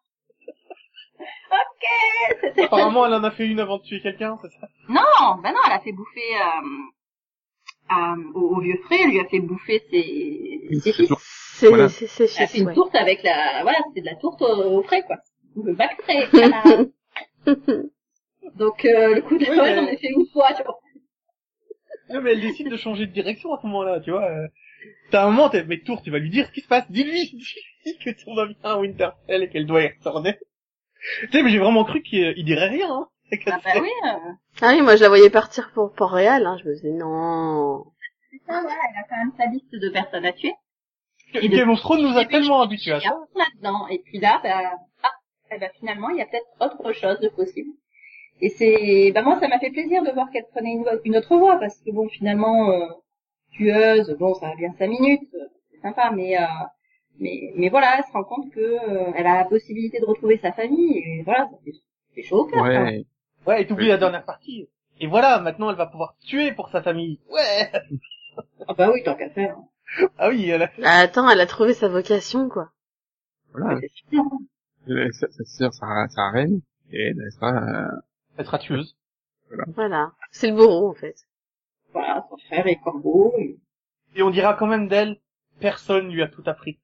Ok c'était. apparemment elle en a fait une avant de tuer quelqu'un, c'est ça. Non, bah non, elle a fait bouffer euh, euh, au, au vieux frère, elle lui a fait bouffer ses, ses fils. C'est Voilà. c'est c'est Elle a fait fils, une ouais. tourte avec la, voilà, c'était de la tourte au, au frais, quoi. Le bac frais, voilà. Donc, euh, le coup de Oui, ouais, mais- j'en ai fait une fois, tu vois. Non, mais elle décide de changer de direction à ce moment-là, tu vois. Euh, T'as un moment, t'es, mais Tour, tu vas lui dire ce qui se passe. Dis-lui, dis-lui que tout va bien à Winterfell et qu'elle doit y retourner. Tu sais, mais j'ai vraiment cru qu'il il dirait rien, hein. C'est que Ah bah c'est- oui, euh, Ah oui, moi je la voyais partir pour Port-Réal, hein, je me disais non. c'est ça, voilà, elle a quand même sa liste de personnes à tuer. Et Game de- of Thrones nous a Et puis, tellement je- habitués à il y a ça. rien là-dedans. Et puis là, bah, ah, eh ben, finalement, il y a peut-être autre chose de possible. Et c'est, bah, moi, ça m'a fait plaisir de voir qu'elle prenait une, vo- une autre voie, parce que bon, finalement, euh, tueuse, bon, ça va bien cinq minutes, euh, c'est sympa, mais, euh, mais, mais voilà, elle se rend compte que, euh, elle a la possibilité de retrouver sa famille, et voilà, ça fait, ça fait chaud au cœur, quand même. Ouais. Ouais, et t'oublies Oui. la dernière partie. Et voilà, maintenant elle va pouvoir tuer pour sa famille. Ouais. Ah bah oui, tant qu'à faire. Ah oui, elle a... Ah, attends, elle a trouvé sa vocation quoi. Voilà. Ouais, c'est sûr. Euh, Sa, sa sœur, sa, sa reine, et elle sera, euh, elle sera tueuse. Voilà, c'est le bourreau en fait. Voilà, son frère est corbeau, et... Et on dira quand même d'elle, personne lui a tout appris.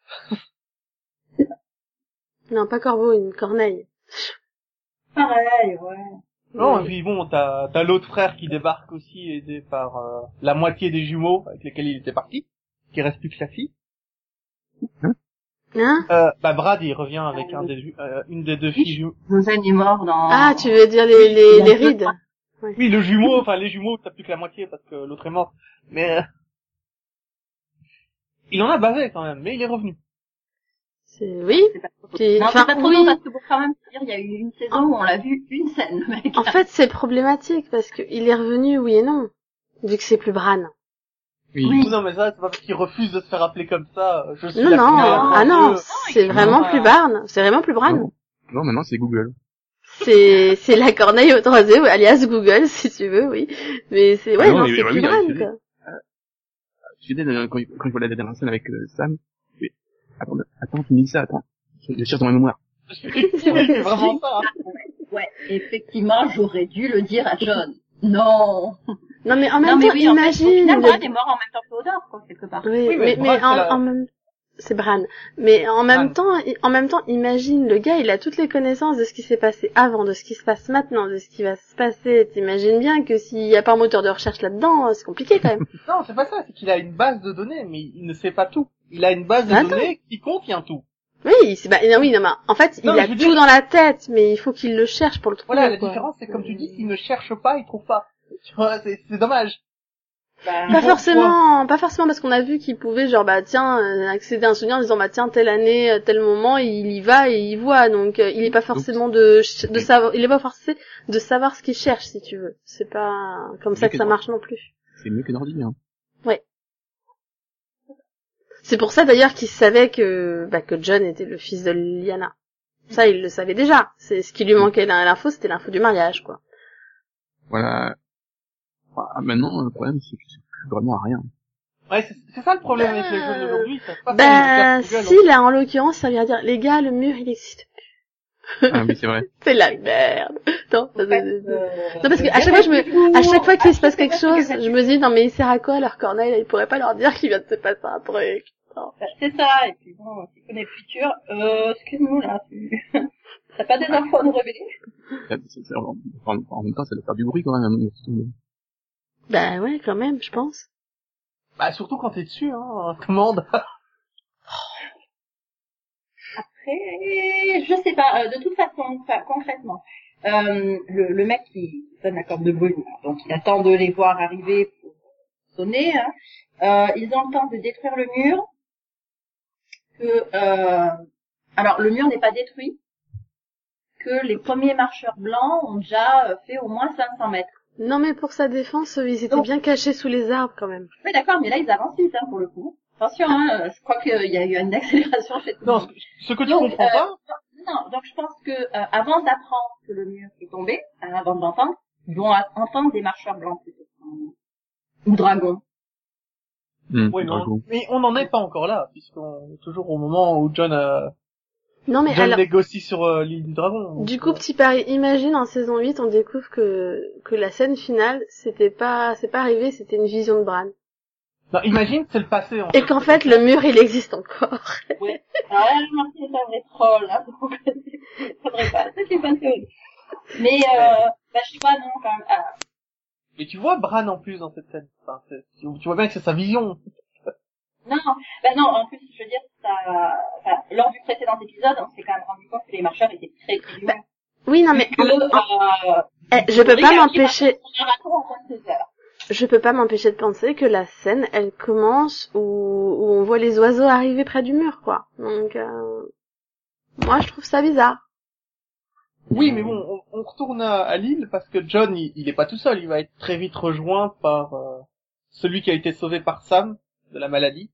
Non, pas corbeau, une corneille. pareil, ouais. Non, Oui. et puis bon, t'as, t'as l'autre frère qui débarque aussi, aidé par euh, la moitié des jumeaux avec lesquels il était parti, qui reste plus que sa fille. Hein? Euh, bah Brad, il revient avec un des, ju- euh, une des deux filles jumeaux. Rosen est mort dans... Ah, tu veux dire les les les rides. Ouais. Oui, le jumeau, enfin les jumeaux, t'as plus que la moitié parce que l'autre est mort. Mais euh... il en a bavé quand même, mais il est revenu. C'est oui. C'est pas trop tôt. Puis, Non, enfin, c'est pas trop oui. tôt parce que pour quand même dire, il y a eu une saison où on l'a vu une scène, le mec. En fait, c'est problématique parce que il est revenu, oui et non, vu que c'est plus Bran. Oui. Oui. Non mais ça, c'est pas parce qu'il refuse de se faire appeler comme ça. Je suis Non, la non, première ah non, Dieu. c'est vraiment Ah. plus Bran. C'est vraiment plus Bran. Non. Non, maintenant c'est Google. C'est, c'est la corneille au troisième, alias Google, si tu veux, oui. Mais c'est, ouais, Ah non, non, mais- c'est bah plus oui, Bran, je quoi. Tu sais, quand il, quand il voit la dernière scène avec euh, Sam, mais, attends, attends, tu me dis ça, attends. Je, je cherche dans ma mémoire. C'est vraiment ça. hein. Ouais, effectivement, j'aurais dû le dire à John. Non. Non, mais en Non, même mais temps, oui, en fait, au imagine. final, le- Bran est mort en même temps que Hodor, quoi, quelque part. Oui, Oui, mais, mais mais, Bran, en, c'est la- en même, c'est Bran. Mais en même Bran. temps, i- en même temps, imagine, le gars, il a toutes les connaissances de ce qui s'est passé avant, de ce qui se passe maintenant, de ce qui va se passer. T'imagines bien que s'il y a pas un moteur de recherche là-dedans, c'est compliqué quand même. Non, c'est pas ça, c'est qu'il a une base de données, mais il ne sait pas tout. Il a une base de Attends. données qui contient tout. Oui, c'est, bah, non, oui, non, mais en fait, Non, il mais a je veux tout dire- dans la tête, mais il faut qu'il le cherche pour le trouver. Voilà, la quoi. différence, c'est comme tu dis, s'il ne cherche pas, il trouve pas. Tu vois, c'est, c'est dommage. Bah, Il Pas faut- forcément, pas forcément parce qu'on a vu qu'il pouvait genre bah tiens euh, accéder à un souvenir en disant bah tiens telle année, euh, tel moment, il y va et il voit donc euh, il est pas forcément de ch- de savoir, il est pas forcé de savoir ce qu'il cherche si tu veux. C'est pas comme ça que ça marche non plus. C'est mieux que Nordi, hein. C'est pour ça d'ailleurs qu'il savait que bah que John était le fils de Lyanna. Ça il le savait déjà. C'est ce qui lui manquait l'info, c'était l'info du mariage quoi. Voilà. Ah, maintenant, le problème, c'est que c'est plus vraiment à rien. Ouais, c'est, c'est ça le problème avec les jeunes d'aujourd'hui, ils savent pas Bah faire une recherche si Google, là en l'occurrence ça vient dire les gars le mur il existe. Ah oui, c'est vrai. C'est la merde. Non, en fait, euh, non parce que à chaque fois je me à chaque fois qu'il se passe quelque chose, je me dis non mais il sert à quoi leur Corneille, il pourrait pas leur dire qu'il vient de se passer un truc. Non. Bah, c'est ça, et puis bon, tu connais le futur, euh, excuse-nous là, tu... t'as pas des infos à nous révéler? Ça- ça- ça- en, en- en même temps, ça doit faire du bruit quand même. hein. Bah ouais quand même je pense. Bah, surtout quand t'es dessus, hein, commande. Après, je sais pas, euh, de toute façon, enfin, concrètement, euh, le, le mec qui donne la corde de brume, donc il attend de les voir arriver pour sonner, hein, euh, ils ont le temps de détruire le mur, que, euh, alors le mur n'est pas détruit, que les premiers marcheurs blancs ont déjà euh, fait au moins cinq cents mètres. Non mais pour sa défense, euh, ils étaient Donc- bien cachés sous les arbres quand même. Oui, d'accord, mais là ils avancent vite, hein, pour le coup. Attention, hein, je crois qu'il y a eu une accélération chez tout le Non, monde. ce, ce que tu Donc, comprends euh, pas, Non, donc je pense que euh, avant d'apprendre que le mur est tombé, hein, avant de l'entendre, ils vont a- entendre des marcheurs blancs plutôt. Ou dragons. Hum, oui, mais on, dragon. mais on n'en est pas encore là, puisqu'on est toujours au moment où John, euh, Non mais John alors négocie sur euh, l'île du dragon. du Donc, coup euh, petit pari, imagine en saison huit on découvre que que la scène finale c'était pas c'est pas arrivé, c'était une vision de Bran. Non, imagine, c'est le passé, en Et qu'en fait le mur il existe encore. Oui. Alors là, je m'en c'est un vrai troll, hein, donc faudrait pas. Ça, c'est pas une théorie. Mais, euh, bah, je sais pas, non, quand même. Ah, Mais tu vois Bran en plus dans cette scène. Enfin, c'est- tu tu vois bien que c'est sa vision. non, bah non, en plus, je veux dire, ça, enfin, lors du précédent épisode, on s'est quand même rendu compte que les marcheurs étaient très, très loin. Oui non mais Que, euh, eh, je peux oui, pas il m'empêcher arrive à faire son marathon en moins de deux heures. je peux pas m'empêcher de penser que la scène elle commence où où on voit les oiseaux arriver près du mur quoi. Donc euh... moi je trouve ça bizarre. Oui, mais bon, on, on retourne à, à l'île parce que John, il, il est pas tout seul. Il va être très vite rejoint par euh, celui qui a été sauvé par Sam de la maladie.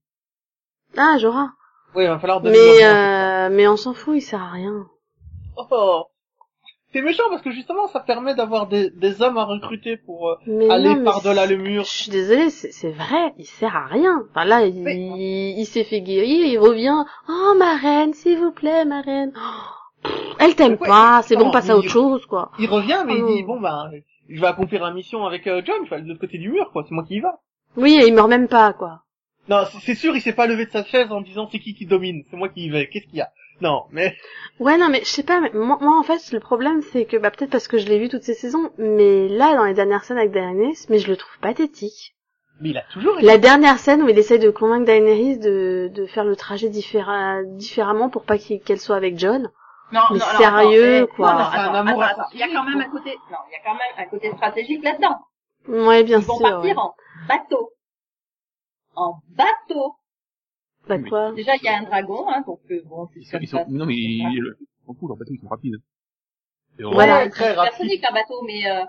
Ah Jorah. Oui, il va falloir donner Mais le nom. euh, mais on s'en fout, il sert à rien. Oh, c'est méchant parce que justement, ça permet d'avoir des, des hommes à recruter pour euh, Mais aller non, mais par-delà c'est- le mur. Je suis désolée, c'est c'est vrai, il sert à rien. Enfin là, il, Mais- il s'est fait guérir, il revient. Oh ma reine, s'il vous plaît, ma reine. Oh, elle t'aime Ouais, pas, mais c'est bon, comment, passe à il- autre chose quoi. Il revient, mais Oh. il dit bon ben, je vais accomplir la mission avec euh, John. Je vais aller de l'autre côté du mur, quoi. C'est moi qui y va. Oui, et il meurt même pas quoi. Non, c'est- c'est sûr, il s'est pas levé de sa chaise en disant c'est qui qui domine. C'est moi qui y vais. Qu'est-ce qu'il y a? Non, mais Ouais, non, mais je sais pas, mais moi, moi en fait, le problème c'est que, bah peut-être parce que je l'ai vu toutes ces saisons, mais là, dans les dernières scènes avec Daenerys, mais je le trouve pathétique. mais il a toujours été. La dernière scène où il essaye de convaincre Daenerys de, de faire le trajet différa- différemment pour pas qu'il- qu'elle soit avec John. Non, Mais non, alors, sérieux, attends, quoi. non, non, C'est un attends, amour attends, attends. Il y a assassiné, quand même quoi. un côté, non, il y a quand même un côté stratégique là-dedans. Ouais, bien Ils vont sûr. partir Ouais. en bateau. En bateau. Bah quoi? Déjà, il y a un dragon, hein, donc euh, bon, c'est Ils sont, comme ils ça. sont, non mais ils, ils s'en foutent, leurs bateaux ils sont rapides. Et on- Voilà. Ouais, très C'est rapide. supersonique un bateau, mais euh,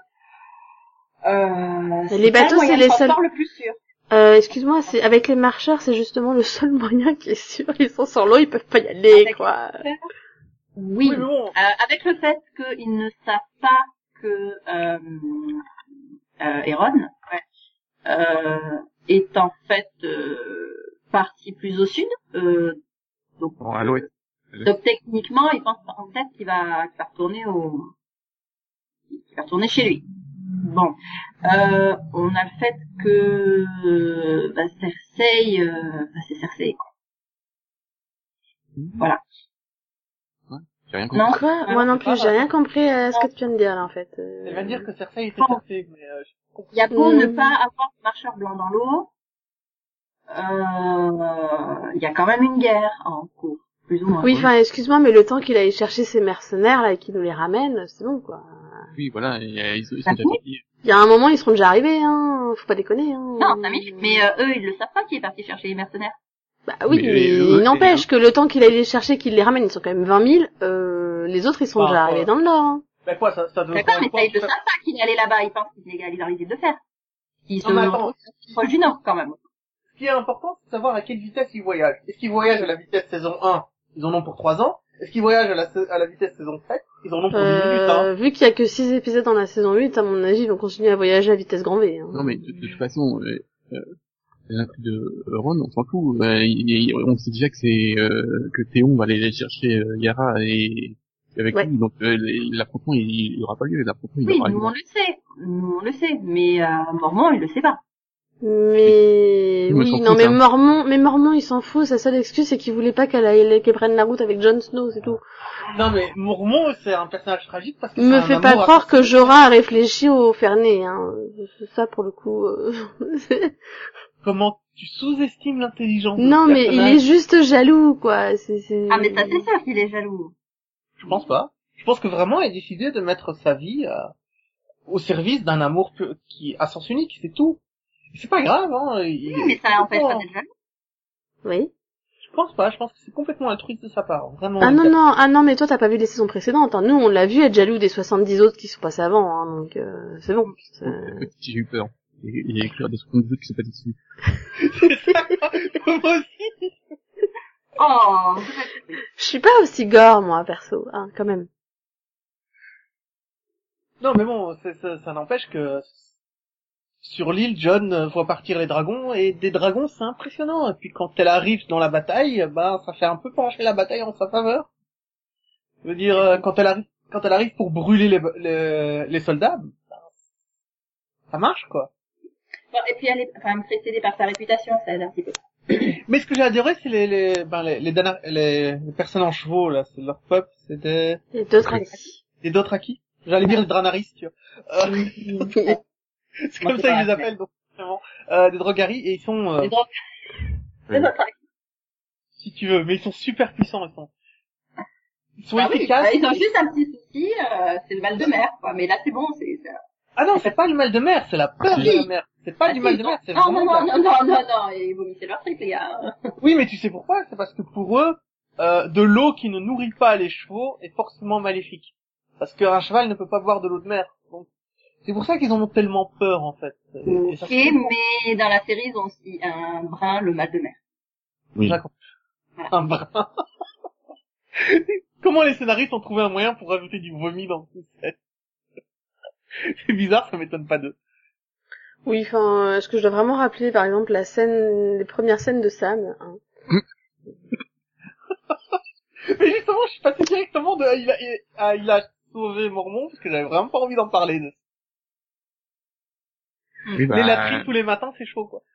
euh, Mais c'est les pas bateaux, le moyen c'est de les transport seuls- le plus sûr. Euh, excuse-moi, c'est avec les marcheurs, c'est justement le seul moyen qui est sûr. Ils sont sur l'eau, ils peuvent pas y aller, Avec quoi. Oui, Oui, mais bon. euh, avec le fait qu'ils ne savent pas que euh, euh, Eron ouais, euh, est en fait euh, parti plus au sud, euh, donc, Bon, à l'ouest. donc techniquement, ils pensent en fait qu'il va, qu'il va retourner au, qu'il va retourner chez lui. Bon, euh, on a le fait que euh, bah, Cersei, euh, bah, c'est Cersei, quoi. Voilà. J'ai rien compris. Non, Quoi? ouais, Moi non c'est pas plus, j'ai vrai. rien compris à ce que tu viens de dire, là, en fait. Euh, Elle va dire que Cersei était Bon. Cersei, mais euh, je comprends. il y a beau Mm. ne pas avoir de marcheur blanc dans l'eau, euh, il y a quand même une guerre en cours, plus ou moins. Oui, enfin, excuse-moi, mais le temps qu'il aille chercher ses mercenaires, là, et qu'il nous les ramène, c'est bon, quoi. Oui, voilà, et, euh, ils, ils sont Ah, déjà oui. partis. Il y a un moment, ils seront déjà arrivés, hein. Faut pas déconner, hein. Non, cinq minutes, mais euh, eux, ils le savent pas qui est parti chercher les mercenaires. Bah oui, Mais, mais, euh, il n'empêche et- que le temps qu'il aille les chercher, qu'il les ramène, ils sont quand même vingt mille, euh, les autres, ils sont Enfin, déjà quoi. arrivés dans le Nord, hein. Bah quoi, ça, ça doit D'accord, faire mais une ça, ils le fois- savent pas qu'il est allé là-bas, ils pensent qu'il est allé dans les îles de fer. Ils se Non, mais attends. retrouvent proche du Nord, quand même. Ce qui est important, c'est de savoir à quelle vitesse ils voyagent. Est-ce qu'ils voyagent à la vitesse saison un? Ils en ont pour trois ans. Est-ce qu'ils voyagent à la, à la vitesse saison sept? Ils en ont pour dix minutes, hein. Euh, vu qu'il y a que six épisodes dans la saison huit, à mon avis, ils vont continuer à voyager à vitesse grand V, hein. Non mais de, de toute façon, euh, euh, l'intrigue de Ron, on s'en fout. Euh, il, il- on sait déjà que c'est euh, que Théon va aller chercher euh, Yara et avec Ouais. lui, donc euh, l'affrontement il, il aura pas lieu. L'affrontement il Oui, aura nous, lieu. on le sait. Nous, on le sait. Mais, euh, Mormont, il le sait pas. Mais Il me s'en oui, fout, non, mais ça. Mormont, mais Mormont, il s'en fout. Sa seule excuse, c'est qu'il voulait pas qu'elle aille, qu'elle prenne la route avec Jon Snow, c'est tout. Non, mais Mormont, c'est un personnage tragique parce que Me c'est un fais pas amour croire que assassiné. Jorah a réfléchi au Fernet, hein. Ça, pour le coup. euh, c'est- Comment tu sous-estimes l'intelligence de non, ce mais il personnage? est juste jaloux, quoi. C'est, c'est... Ah, mais ça, c'est sûr qu'il est jaloux. Je pense pas. Je pense que vraiment, il a décidé de mettre sa vie euh, au service d'un amour pu- qui à sens unique, c'est tout. C'est pas grave, hein. Il... Oui, mais ça n'empêche pas d'être jaloux. Oui. Je pense pas. Je pense que c'est complètement altruiste de sa part. Vraiment. Ah non, Lucas. non, ah non, mais toi, t'as pas vu les saisons précédentes, hein. Nous, on l'a vu être jaloux des soixante-dix autres qui sont passés avant, hein. Donc, euh, c'est bon. C'est- J'ai eu peur. Il y a écrit des soixante-dix autres qui sont pas dessus. Moi aussi. Oh, Je suis pas aussi gore, moi, perso, hein, quand même. Non, mais bon, c'est- ça, ça n'empêche que sur l'île, John euh, voit partir les dragons, et des dragons, c'est impressionnant. Et puis quand elle arrive dans la bataille, bah, ça fait un peu pencher la bataille en sa faveur. Je veux dire, euh, quand elle arrive, quand elle arrive pour brûler les, les, les soldats, bah, ça marche, quoi. bon, et puis elle est quand même précédée par sa réputation, ça aide un petit peu. Mais ce que j'ai adoré, c'est les, les, ben, les, les, Dana- les, les personnes en chevaux, là, c'est leur peuple, c'est des, Et d'autres acquis. des Dothraki. J'allais dire les Dranaris, tu vois. Euh, c'est Moi, comme c'est ça pas qu'ils les la appellent, donc, vraiment. Euh, des Drogaris, et ils sont, euh, Les drogues. Oui. Les autres. si tu veux, mais ils sont super puissants, ils sont. Ils sont Ah oui, efficaces. bah, ils ont juste un petit souci, euh, c'est le mal de mer, quoi. Mais là, c'est bon, c'est, c'est... Ah non, c'est pas le mal de mer, c'est la peur Si. de la mer. C'est pas Ah, du si, mal de non. mer, c'est non, non, vraiment non, de la- non, non, non, non, ils vomissaient leur trip, les gars. Oui, mais tu sais pourquoi? C'est parce que pour eux, euh, de l'eau qui ne nourrit pas les chevaux est forcément maléfique. Parce qu'un cheval ne peut pas boire de l'eau de mer. Donc, c'est pour ça qu'ils en ont tellement peur, en fait. Et- et ça Ok, se comprend. mais dans la série, ils ont aussi un brin, le mal de mer. Oui. D'accord. Voilà. Un brin. Comment les scénaristes ont trouvé un moyen pour rajouter du vomi dans ce set? C'est bizarre, ça m'étonne pas d'eux. Oui, enfin, est-ce que je dois vraiment rappeler, par exemple, la scène, les premières scènes de Sam, hein. Mais justement, je suis passé directement de il a, il a, il a sauvé Mormont, parce que j'avais vraiment pas envie d'en parler. De... Oui, bah, Les latrines tous les matins, c'est chaud, quoi.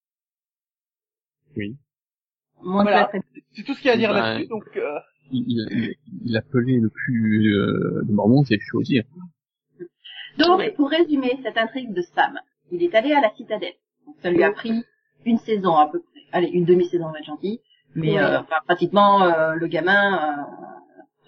oui. Moins Voilà. que la C'est tout ce qu'il y a à dire Bah, là-dessus, donc... Euh... Il, il, il appelait le plus euh, de Mormont, c'est chaud aussi. Donc, Oui. pour résumer cette intrigue de Sam, il est allé à la citadelle. Donc, ça lui a pris une saison à peu près. Allez, une demi-saison, on va être gentil. Mais Oui. euh, enfin, pratiquement, euh, le gamin, euh,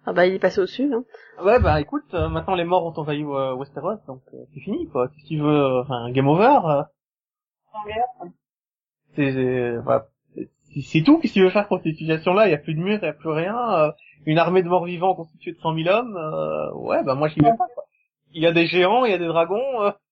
Ah bah il est passé au-dessus, hein. Ouais, bah écoute, euh, maintenant les morts ont envahi euh, Westeros, donc euh, c'est fini, quoi. Si tu veux, euh, enfin, game over, euh, c'est, c'est, voilà. c'est, c'est tout. Qu'est-ce que tu veux faire pour cette situation-là? Il y a plus de murs, il y a plus rien. euh, une armée de morts vivants constituée de cent mille hommes. Euh, ouais, bah moi j'y vais pas, quoi. Il y a des géants, il y a des dragons. Euh,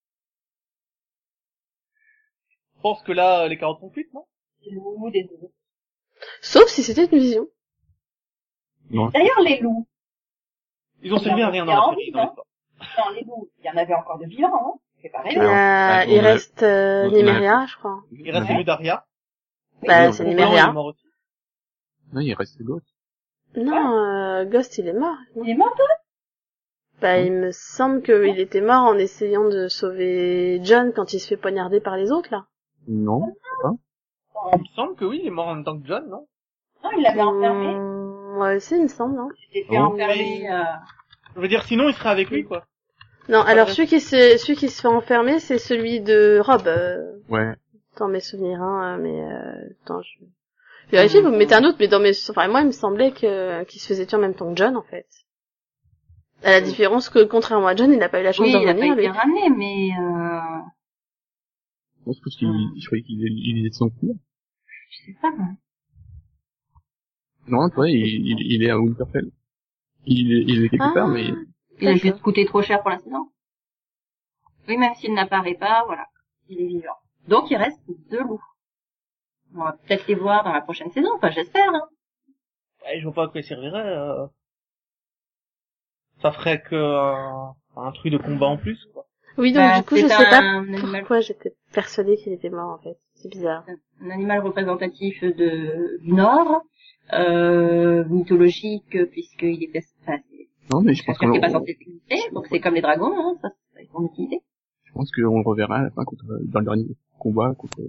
je pense que là, les carottes sont cuites, non? C'est le loup des loups. Sauf si c'était une vision. Non. D'ailleurs, les loups. Ils ont servi à rien dans la série, dans l'histoire. Non, les loups, il y en avait encore de vivants, hein. C'est pareil. Il, y a- Ah, il on a- reste euh, on a- Nymeria, je crois. Il reste Ouais. celui d'Aria. Bah Oui, c'est on- Bon, il est Nymeria. mort aussi. Non, il reste Ghost. Non, euh, Ghost il est mort. non Il est mort, toi? Bah Oui. il me semble qu'il était mort en essayant de sauver John quand il se fait poignarder par les autres là. Non, pas. Il me semble que oui, il est mort en même temps que John, non? Non, il l'avait enfermé. Hum, ouais aussi il me semble, non Il s'était fait Oh. enfermer, euh... Je veux dire, sinon il serait avec lui, quoi. Non, Pas alors vrai. celui qui se celui qui se fait enfermer, c'est celui de Rob, euh, Ouais. dans mes souvenirs, hein, mais euh, attends, je vérifie, vous me mettez un doute, mais dans mes, enfin moi il me semblait que qu'il se faisait tuer en même temps que John en fait. À la différence que contrairement à John, il n'a pas eu la chance oui, de il a pas revenir été lui. ramené, mais euh... Moi, je pense qu'il, je croyais qu'il il était de son cours. je sais pas, moi. Non, tu vois, il, il, il est à Winterfell. Il, est- il est quelque Ah. part, mais Il a D'accord. juste coûté trop cher pour la saison. Oui, même s'il n'apparaît pas, voilà. Il est vivant. Donc, il reste deux loups. On va peut-être les voir dans la prochaine saison, enfin, j'espère, hein. Ouais, je vois pas à quoi il servirait. Euh... Ça ferait que un, un truc de combat en plus, quoi. Oui, donc Bah, du coup, je c'est sais pas un animal, pourquoi j'étais persuadée qu'il était mort en fait. C'est bizarre. un animal représentatif de, du Nord, euh, mythologique, puisqu'il était, enfin, c'est, non, mais je pense quelqu'un qu'on qui est pas on- censé exister, donc c'est comme les dragons, hein, ça, ça, ils sont utilisés. je pense qu'on le reverra à la fin contre, dans le dernier combat contre,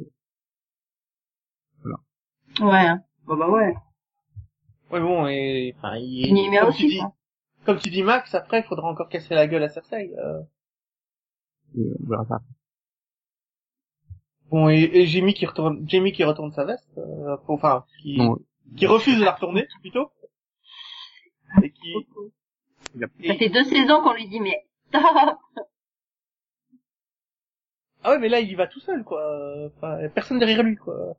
Ouais, hein. Bon, bah ouais. Ouais, bon, et, enfin, il Une numéro comme tu six, dis, hein. comme tu dis Max, après, il faudra encore casser la gueule à Cersei. Euh... euh, on verra ça. Bon, et, et Jamie qui retourne, Jamie qui retourne sa veste, euh, enfin, qui, Non, qui refuse de la retourner, plutôt. Et qui, il a, Ça fait deux saisons qu'on lui dit, mais, stop! ah ouais, mais là, il y va tout seul, quoi. Enfin, personne derrière lui, quoi.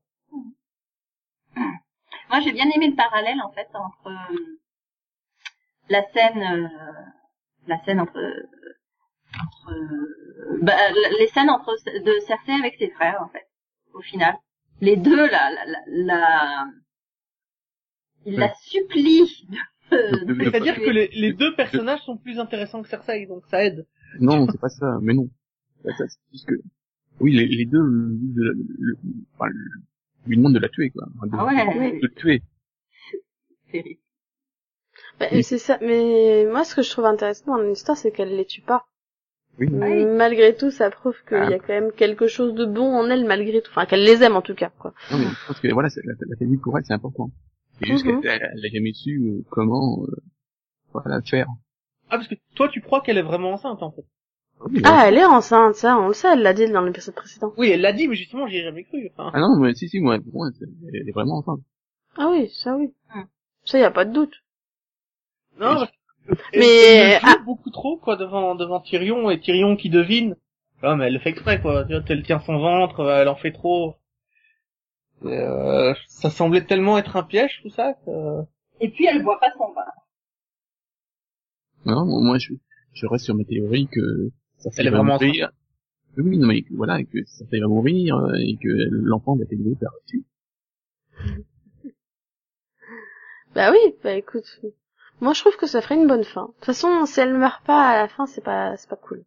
Moi, j'ai bien aimé le parallèle, en fait, entre euh, la scène, euh, la scène entre, entre euh, bah, les scènes entre de Cersei avec ses frères, en fait, au final. Les deux, là, la, la, la il la supplie de, De- de de- C'est-à-dire tuer. que les, les deux personnages sont plus intéressants que Cersei, donc ça aide. non, c'est pas ça, mais non. Ça, ça, c'est juste que, oui, les, les deux, le, le, le- enfin, le- lui demandent de la tuer, quoi. Enfin, de, Ah ouais, de, de le tuer. Bah, c'est Oui. c'est ça. Mais moi, ce que je trouve intéressant dans l'histoire, c'est qu'elle les tue pas. Oui. Oui. Malgré tout, ça prouve qu'il Ah. y a quand même quelque chose de bon en elle, malgré tout. Enfin, qu'elle les aime en tout cas, quoi. Non, mais je pense que, voilà, c'est- la, la famille pour elle, c'est important. C'est juste Mhm. qu'elle elle, elle a jamais su euh, comment, euh, voilà, faire. Ah, parce que toi, tu crois qu'elle est vraiment enceinte, en fait. Oui, mais- Ah, elle est enceinte, ça, on le sait, elle l'a dit dans l'épisode précédent. Oui, elle l'a dit, mais justement, j'y ai jamais cru. Enfin, Ah non, mais si, si, moi, pour moi, c'est- elle est vraiment enceinte. Ah oui, ça oui. Hmm. Ça, y a pas de doute. non, parce que- elle- Mais- elle le joue ah. beaucoup trop, quoi, devant, devant Tyrion, et Tyrion qui devine. Ah, mais elle le fait exprès, quoi. Tu vois, elle tient son ventre, elle en fait trop. Et, euh, ça semblait tellement être un piège, tout ça, que... Et puis, elle voit pas son vin. Non, moi, je, je reste sur ma théorie que ça Elle est va vraiment mourir. Oui, non, mais voilà, que ça va mourir, euh, et que l'enfant va être élevé par dessus. Bah oui, bah écoute. Moi, je trouve que ça ferait une bonne fin. De toute façon, si elle meurt pas à la fin, c'est pas, c'est pas cool.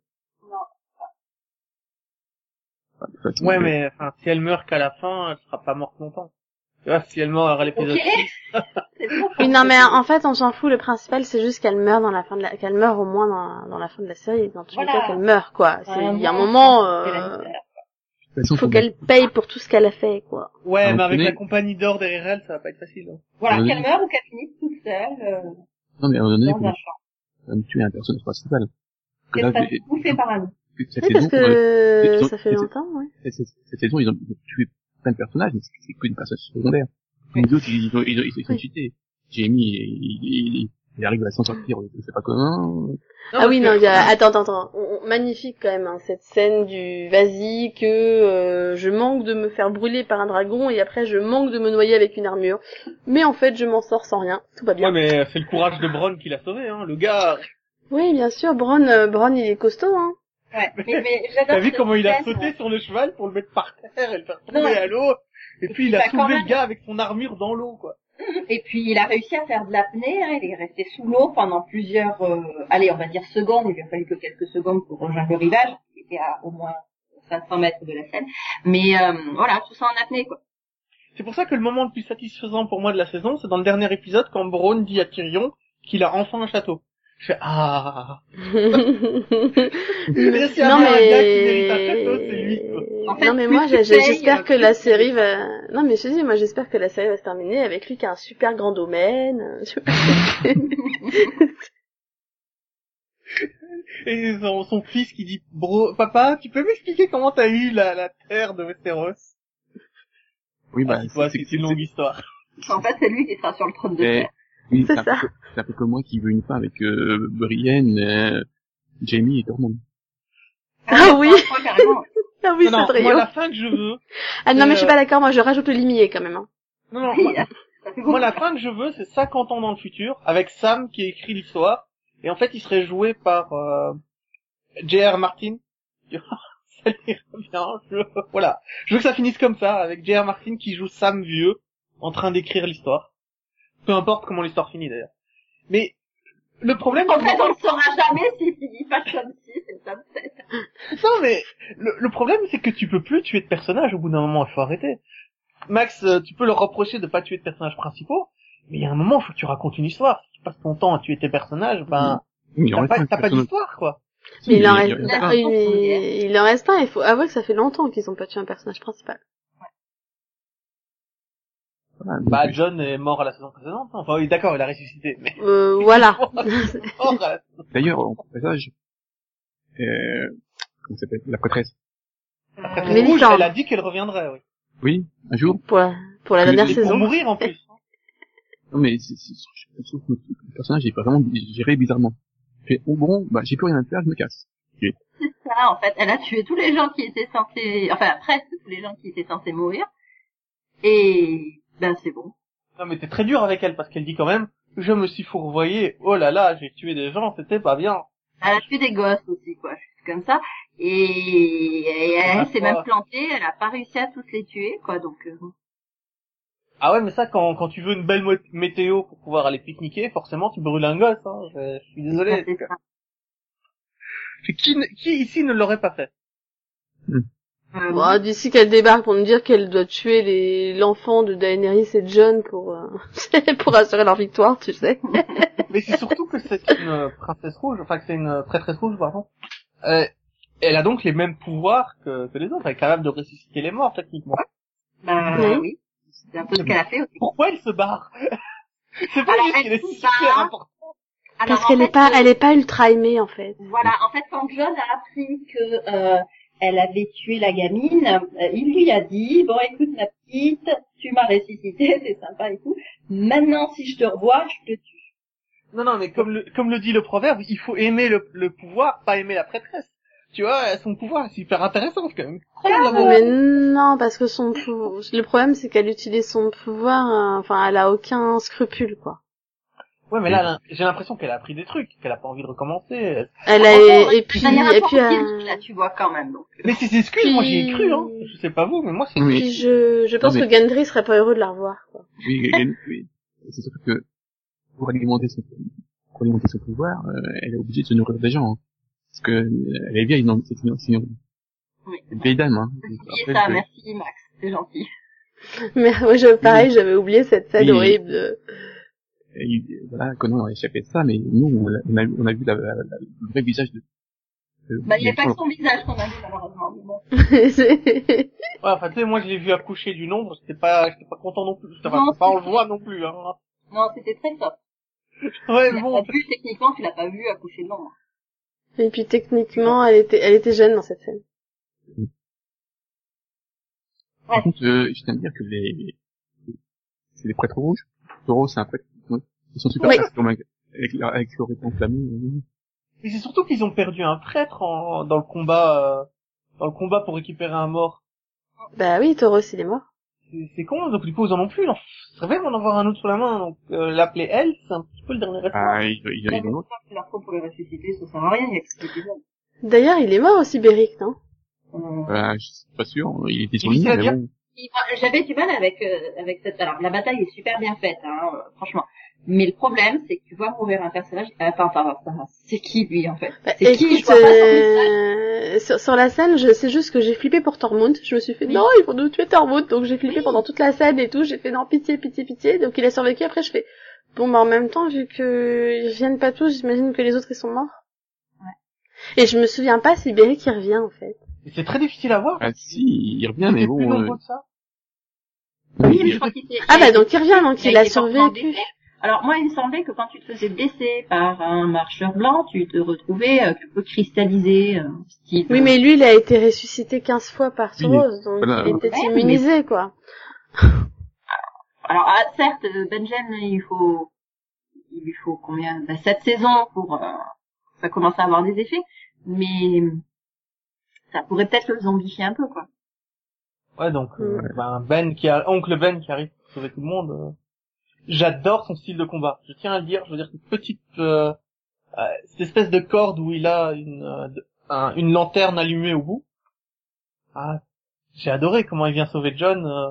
Enfin, de toute façon, Ouais, euh, mais, enfin, si elle meurt qu'à la fin, elle sera pas morte longtemps. Tu vois, si elle meurt à l'épisode Ok. six, C'est bon. Oui, non, mais en fait, on s'en fout. Le principal, c'est juste qu'elle meurt dans la fin de la, qu'elle meurt au moins dans, dans la fin de la série. Dans tous les Voilà. cas, qu'elle meurt, quoi. C'est, Ouais, il y a un bon, moment, c'est euh, la misère. de toute façon, faut faut qu'elle paye pour tout ce qu'elle a fait, quoi. ouais, Ah, mais vous avec connaissez- la compagnie d'or derrière elle, ça va pas être facile. Hein. Voilà, Oui. qu'elle meurt ou qu'elle finisse toute seule, euh, non, mais à un moment donné, dans faut un champ. quand même tuer un personnage principal. Que C'est là, pas les- tout fait par un. cette Oui, parce saison, euh, que ils ont- ça fait c'est- longtemps, ouais. cette, cette, cette saison, ils ont tué plein de personnages, mais c'est que des personnages secondaires. Les autres, ils, ils, ont, ils, ont, ils sont Oui. cheatés. Jamie, il, il, il, il arrive à s'en sortir, c'est pas commun. Non, Ah parce oui, que- non, il y a... attends, attends, attends. On- on- Magnifique quand même, hein, cette scène du vas-y que euh, je manque de me faire brûler par un dragon et après je manque de me noyer avec une armure. Mais en fait, je m'en sors sans rien, tout va bien. Ouais, mais c'est le courage de Bronn qui l'a sauvé, hein. Le gars, Oui, bien sûr, Bronn, euh, Bronn, il est costaud, hein. Ouais, mais, mais j'adore t'as vu cette comment il a scène. sauté sur le cheval pour le mettre par terre et le faire tomber Non, à l'eau. Et puis il a bah, quand soulevé même. le gars avec son armure dans l'eau, quoi. Et puis il a réussi à faire de l'apnée, hein, il est resté sous l'eau pendant plusieurs, euh, allez, on va dire secondes, il lui a fallu que quelques secondes pour rejoindre le rivage, qui était à au moins cinq cents mètres de la scène. Mais euh, voilà, tout ça en apnée, quoi. C'est pour ça que le moment le plus satisfaisant pour moi de la saison, c'est dans le dernier épisode quand Bronn dit à Tyrion qu'il a enfin un château. Je fais ah. non S'il y a un gars qui mérite un château, c'est lui, quoi. En fait, non mais plus moi tu j'ai- payes, j'espère euh, que plus la tu- série va non mais je te dis moi j'espère que la série va se terminer avec lui qui a un super grand domaine euh, je sais pas. Et son, son fils qui dit bro, papa, tu peux m'expliquer comment t'as eu la, la terre de Westeros? Oui, Ah, bah, c'est quoi, c'est que c'est une longue histoire. En fait, c'est lui qui sera sur le trône de Mais- fer. oui, C'est c'est un, ça. peu- c'est un peu comme moi qui veux une femme avec euh, Brienne, euh, Jamie et Tormund. Ah oui. je crois carrément. Ah oui non, non, c'est moi Trio. la fin que je veux, Ah non mais je suis euh, pas d'accord moi je rajoute le limier quand même hein. non, non, Oui, moi, ça fait moi, beaucoup. la fin que je veux, c'est cinquante ans dans le futur, avec Sam qui écrit l'histoire, et en fait il serait joué par euh, J R. Martin. Ça irait bien, je... voilà. Je veux que ça finisse comme ça, avec J R. Martin qui joue Sam vieux, en train d'écrire l'histoire. Peu importe comment l'histoire finit d'ailleurs. Mais le problème, En fait, on ne saura jamais s'il finit pas comme si, c'est le top sept. non mais le, le problème c'est que tu peux plus tuer de personnages au bout d'un moment, il faut arrêter. Max, euh, tu peux leur reprocher de pas tuer de personnages principaux, mais il y a un moment, il faut que tu racontes une histoire. Si tu passes ton temps à tuer tes personnages, ben Oui, il en t'as reste pas, un t'as pas personnage. d'histoire quoi. Si, Mais il en il- reste il- la- ah, la- il... il en reste un il faut avouer que ça fait longtemps qu'ils ont pas tué un personnage principal. voilà, Bah donc, John est mort à la saison précédente. Enfin oui, d'accord, il a ressuscité, mais Euh, voilà. mort à la... D'ailleurs, en passage, euh, comment ça s'appelle, la prêtresse. La prêtresse Mélisande. rouge, elle a dit qu'elle reviendrait, oui. Oui, un jour. pour la, pour la Mais dernière Et pour saison. mourir en plus. Non, mais c'est, c'est, je trouve que le personnage est vraiment géré bizarrement. Je fais, oh bon, bah, j'ai plus rien à faire, je me casse. C'est ça, en fait. Elle a tué tous les gens qui étaient censés, enfin, presque tous les gens qui étaient censés mourir. Et, ben, c'est bon. Non mais t'es très dur avec elle parce qu'elle dit quand même, je me suis fourvoyé, oh là là, j'ai tué des gens, c'était pas bien. Elle a tué des gosses aussi, quoi, juste comme ça. Et, et elle, Ah, s'est quoi. même plantée, elle a pas réussi à toutes les tuer, quoi, donc, euh, Ah ouais, mais ça, quand, quand tu veux une belle mo- météo pour pouvoir aller pique-niquer, forcément tu brûles un gosse, hein. Je, je suis désolé. c'est ça. C'est qui, ne- qui ici ne l'aurait pas fait? Euh, Bon, d'ici qu'elle débarque pour nous dire qu'elle doit tuer les l'enfant de Daenerys et Jon pour euh, pour assurer leur victoire, tu sais. Mais c'est surtout que c'est une euh, princesse rouge, enfin que c'est une euh, prêtresse rouge, pardon. Euh, elle a donc les mêmes pouvoirs que, que les autres, elle est capable de ressusciter les morts, techniquement. bah, Oui. oui. C'est un peu ce qu'elle a fait aussi. Pourquoi elle se barre? C'est pas Alors, juste elle qu'elle est se super barre. importante. Alors, Parce en qu'elle fait, est pas euh, elle est pas ultra aimée en fait. Voilà, en fait, quand John a appris que euh, elle avait tué la gamine, euh, il lui a dit, bon, écoute, ma petite, tu m'as ressuscité, c'est sympa et tout. Maintenant, si je te revois, je te tue. Non, non, mais comme le, comme le dit le proverbe, il faut aimer le, le pouvoir, pas aimer la prêtresse. Tu vois, son pouvoir, c'est hyper intéressant, c'est quand même. incroyable d'avoir- Mais non, parce que son pou- le problème c'est qu'elle utilise son pouvoir, euh, enfin elle a aucun scrupule quoi. Ouais, mais là, là, j'ai l'impression qu'elle a appris des trucs, qu'elle a pas envie de recommencer. Elle a Franchement, et puis ça n'ira et pas puis au euh, film, là, tu vois, quand même, donc. Mais c'est ses excuses, moi j'y ai Puis- cru, hein. Je sais pas vous, mais moi c'est... Oui, puis je je pense Non, mais- que Gendry serait pas heureux de la revoir quoi. oui, oui, oui. C'est surtout que, pour alimenter son, pour alimenter son pouvoir, euh, elle est obligée de se nourrir des gens, hein. Parce que, euh, elle est vieille, non, c'est une, c'est une, Oui. une vieille dame, hein. J'ai Je oublié rappelle ça, que- merci Max, c'est gentil. Mais ouais, je, pareil, j'avais oublié cette scène Oui. horrible de... Et, voilà, Conan a échappé de ça, mais nous, on a, on a, on a vu la, la, la- le vrai visage de, de Bah, il n'y a de- pas que son visage qu'on a vu, malheureusement, mais bon. C'est- Ouais, enfin, tu sais, moi je l'ai vu accoucher du nombre, j'étais pas, j'étais pas content non plus. Enfin, Non, c'est pas en c'est- le voit non plus, hein. Non, c'était très soft. Ouais, Tu l'as bon. pas vu, techniquement, tu l'as pas vu accoucher de l'ombre. Et puis techniquement, elle était, elle était jeune dans cette scène. Par contre, euh, je tiens à dire que les, c'est des prêtres rouges. Taureau, c'est un prêtre. Ouais. Ils sont super Oui. classe comme, avec leur, avec leur étang enflammé. euh, Et c'est surtout qu'ils ont perdu un prêtre en, dans le combat, euh, dans le combat pour récupérer un mort. Bah oui, Tauros, il est mort. C'est, c'est con, donc du coup ils en ont plus. Non. Ce serait bien d'en avoir un autre sur la main, donc euh, l'appeler elle, c'est un petit peu le dernier espoir. Ah, il, il, il, Ouais, il, mais ça, c'est leur faut pour les ressusciter, ça sert à rien, il y a que cet épisode. D'ailleurs, il est mort aussi, Beric, non? Euh, Voilà, je suis pas sûr, il était sur Difficile l'île, à mais dire. bon. il- J'avais du mal avec euh, avec cette. Alors la bataille est super bien faite, hein, euh, franchement. Mais le problème, c'est que tu vois mourir un personnage. Attends, attends, attends. C'est qui lui en fait? Bah, C'est qui? Je écoute, vois pas son visage. euh, sur, sur la scène, je sais juste que j'ai flippé pour Tormund. Je me suis fait, Oui. non, ils vont nous tuer Tormund. Donc j'ai flippé Oui. pendant toute la scène et tout. J'ai fait, non, pitié, pitié, pitié. Donc il a survécu. Après, je fais, bon, bah en même temps, vu que ils reviennent pas tous, j'imagine que les autres, ils sont morts. Ouais. Et je me souviens pas si Beric, il revient, en fait. Et c'est très difficile à voir. Ah si, il revient, mais C'est bon. plus Euh, nombreux que ça. Oui, mais il- je crois qu'il s'est- Ah il bah a donc été- il revient, donc il il a a été fortement survécu. blessé. Alors moi, il me semblait que quand tu te faisais blesser par un marcheur blanc, tu te retrouvais euh, un peu cristallisé, euh, style. Oui, mais lui, il a été ressuscité quinze fois par Oui, Tauros, donc voilà. il est peut-être Ouais, immunisé, quoi. Alors ah, certes, euh, Benjen, il faut, il lui faut combien, bah, sept saisons pour euh, ça commence à avoir des effets, mais ça pourrait peut-être le zombifier un peu, quoi. Ouais, donc euh, Ouais. ben Ben qui a oncle Ben qui arrive pour sauver tout le monde. euh. J'adore son style de combat. Je tiens à le dire. Je veux dire cette petite, euh, euh, cette espèce de corde où il a une euh, de- un- une lanterne allumée au bout. Ah, j'ai adoré comment il vient sauver John. euh.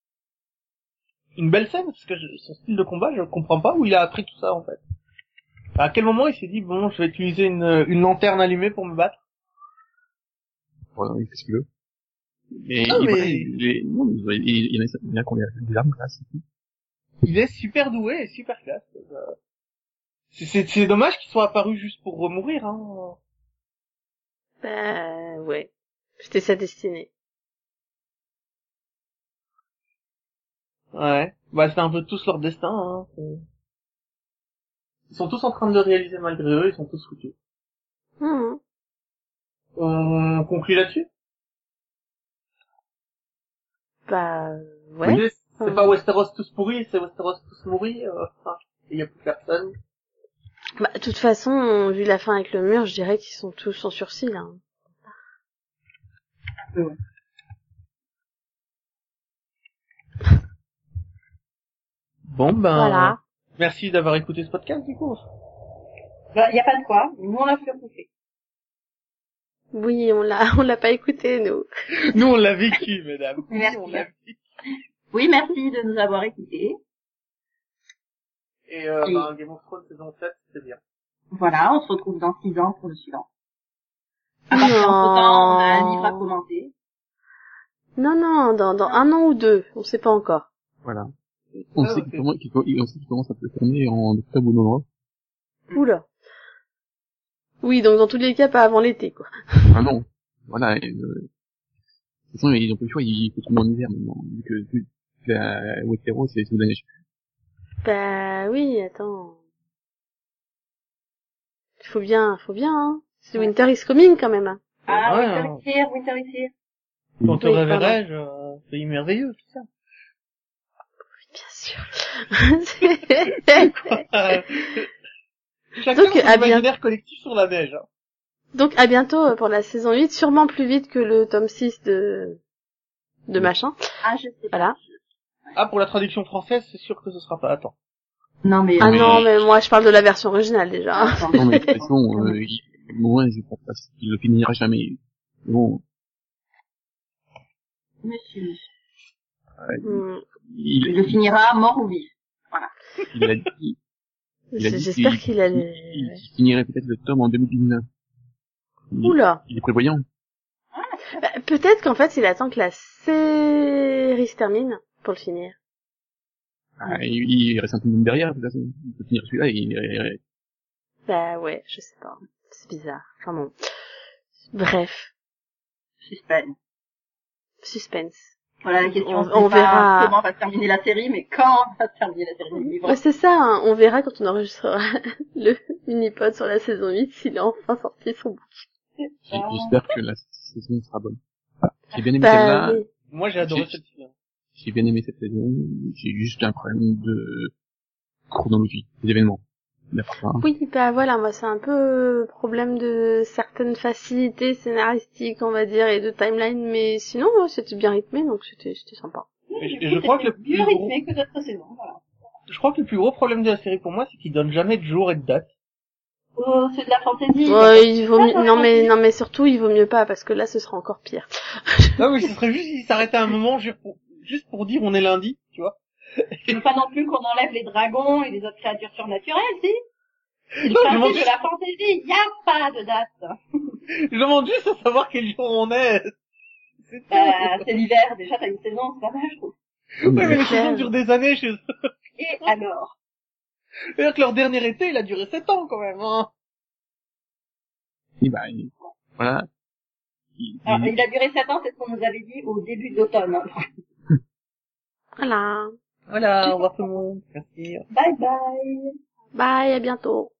Une belle scène parce que je- son style de combat, je comprends pas où il a appris tout ça en fait. À quel moment il s'est dit bon, je vais utiliser une une lanterne allumée pour me battre? Voilà, il fait ce qu'il veut. Et Ah, il, mais- voilà, il, est- non, mais il, il, il y en a, il y en a qui ont des des armes classe. Il est super doué et super classe. euh. C'est c'est c'est dommage qu'il soit apparu juste pour remourir hein. Bah, ouais. C'était sa destinée. Ouais. Bah, c'est un peu tous leur destin, hein. C'est- Ils sont tous en train de le réaliser malgré eux, ils sont tous foutus. Mhm. On conclut là-dessus? Bah, ouais. Oui, c'est pas Westeros tous pourris, c'est Westeros tous mouris, euh, enfin, il y a plus personne. Bah, de toute façon, vu la fin avec le mur, je dirais qu'ils sont tous en sursis, là. Bon, ben, Voilà. merci d'avoir écouté ce podcast, du coup. Bah, y a pas de quoi. Nous, on a fait le fait. Oui, on l'a, on l'a pas écouté, nous. Nous, on l'a vécu, mesdames. Merci. On l'a vécu. Oui, merci de nous avoir écoutés. Et, euh, Oui. ben, Game of Thrones saison sept, c'est bien. Voilà, on se retrouve dans six ans pour le suivant. À partir entre temps, on a un livre à commenter. Non, non, dans, dans un an ou deux, on sait pas encore. Voilà. On Ah, sait ok. qu'il commence, qu'il, on sait qu'il commence à se tourner en octobre ou novembre. Oula. Oui, donc dans tous les cas, pas avant l'été, quoi. Ah non. Voilà. Et, euh, de toute façon, ils ont pas le choix, il faut tourner en hiver maintenant. Vu que, vu que la Westeros, c'est sous la neige. Bah oui, attends. Faut bien, faut bien, hein. C'est Ouais. Winter is coming, quand même, hein. Ah, Ouais, Winter hein. is here, Winter is here. Quand te Oui, réveillerai-je, euh, c'est merveilleux, tout ça. Bien sûr. Euh, Chacun Donc, son à bien- imaginaire collectif sur la neige, hein. Donc, à bientôt pour la saison huit, sûrement plus vite que le tome six de, de machin. Ah, je sais pas. Voilà. Ah, pour la traduction française, c'est sûr que ce sera pas. Attends. Non, mais... Ah mais- non, mais moi, je parle de la version originale, déjà. Attends. Non, mais de toute façon, euh, il, moi, je pense pas qu'il le finira jamais. Bon, Monsieur. Hmm. il, Il le finira mort ou vif. il a dit, il a dit J'espère qu'il- qu'il il, allait... il finirait peut-être le tome en deux mille dix-neuf. Il, Oula. il est prévoyant. Bah, peut-être qu'en fait, il attend que la série se termine pour le finir. Ah, il, il reste un peu derrière, de toute façon. Il peut finir celui-là, il, il, Bah ouais, je sais pas. C'est bizarre. Enfin bon. Bref. Suspense. Suspense. Voilà, la question, On- c'est on pas verra. comment va se terminer la série, mais quand va se terminer la série du livre. Ouais, c'est ça, hein. On verra quand on enregistrera le mini-pod sur la saison huit s'il a enfin sorti son bouquin. j'espère que la saison sera bonne. Ah, j'ai bien aimé Bah celle-là. oui. Moi, j'ai adoré J'ai- cette série. J'ai bien aimé cette saison. J'ai juste un problème de chronologie des événements. D'accord. Oui, bah voilà, moi c'est un peu problème de certaines facilités scénaristiques, on va dire, et de timeline, mais sinon ouais, c'était bien rythmé, donc c'était c'était sympa. Et je, et je crois que le plus mieux gros, rythmé que d'autres saisons, voilà. je crois que le plus gros problème de la série pour moi, c'est qu'ils donnent jamais de jour et de date. Oh, c'est de la fantaisie. Ouais, il vaut pas mieux, dans la non mais fantaisie. non mais surtout il vaut mieux pas parce que là ce sera encore pire. Non, mais ce serait juste s'ils s'arrêtaient un moment juste pour, juste pour dire on est lundi, tu vois. Je veux pas non plus qu'on enlève les dragons et les autres créatures surnaturelles, si. C'est le Non, je principe demande de juste, la fantaisie, y a pas de date. je demande juste à savoir quel jour on est. C'est tout. Bah, c'est l'hiver, déjà t'as une saison, c'est pas mal, je trouve. Ouais, mais les clair. saisons durent des années chez eux. Et alors? C'est-à-dire que leur dernier été, il a duré sept ans, quand même, hein. Et bah, il- voilà. Il, Alors, il- il a duré sept ans, c'est ce qu'on nous avait dit au début d'automne. hein. Voilà. Voilà, au revoir tout le monde. Merci. Bye bye. Bye, à bientôt.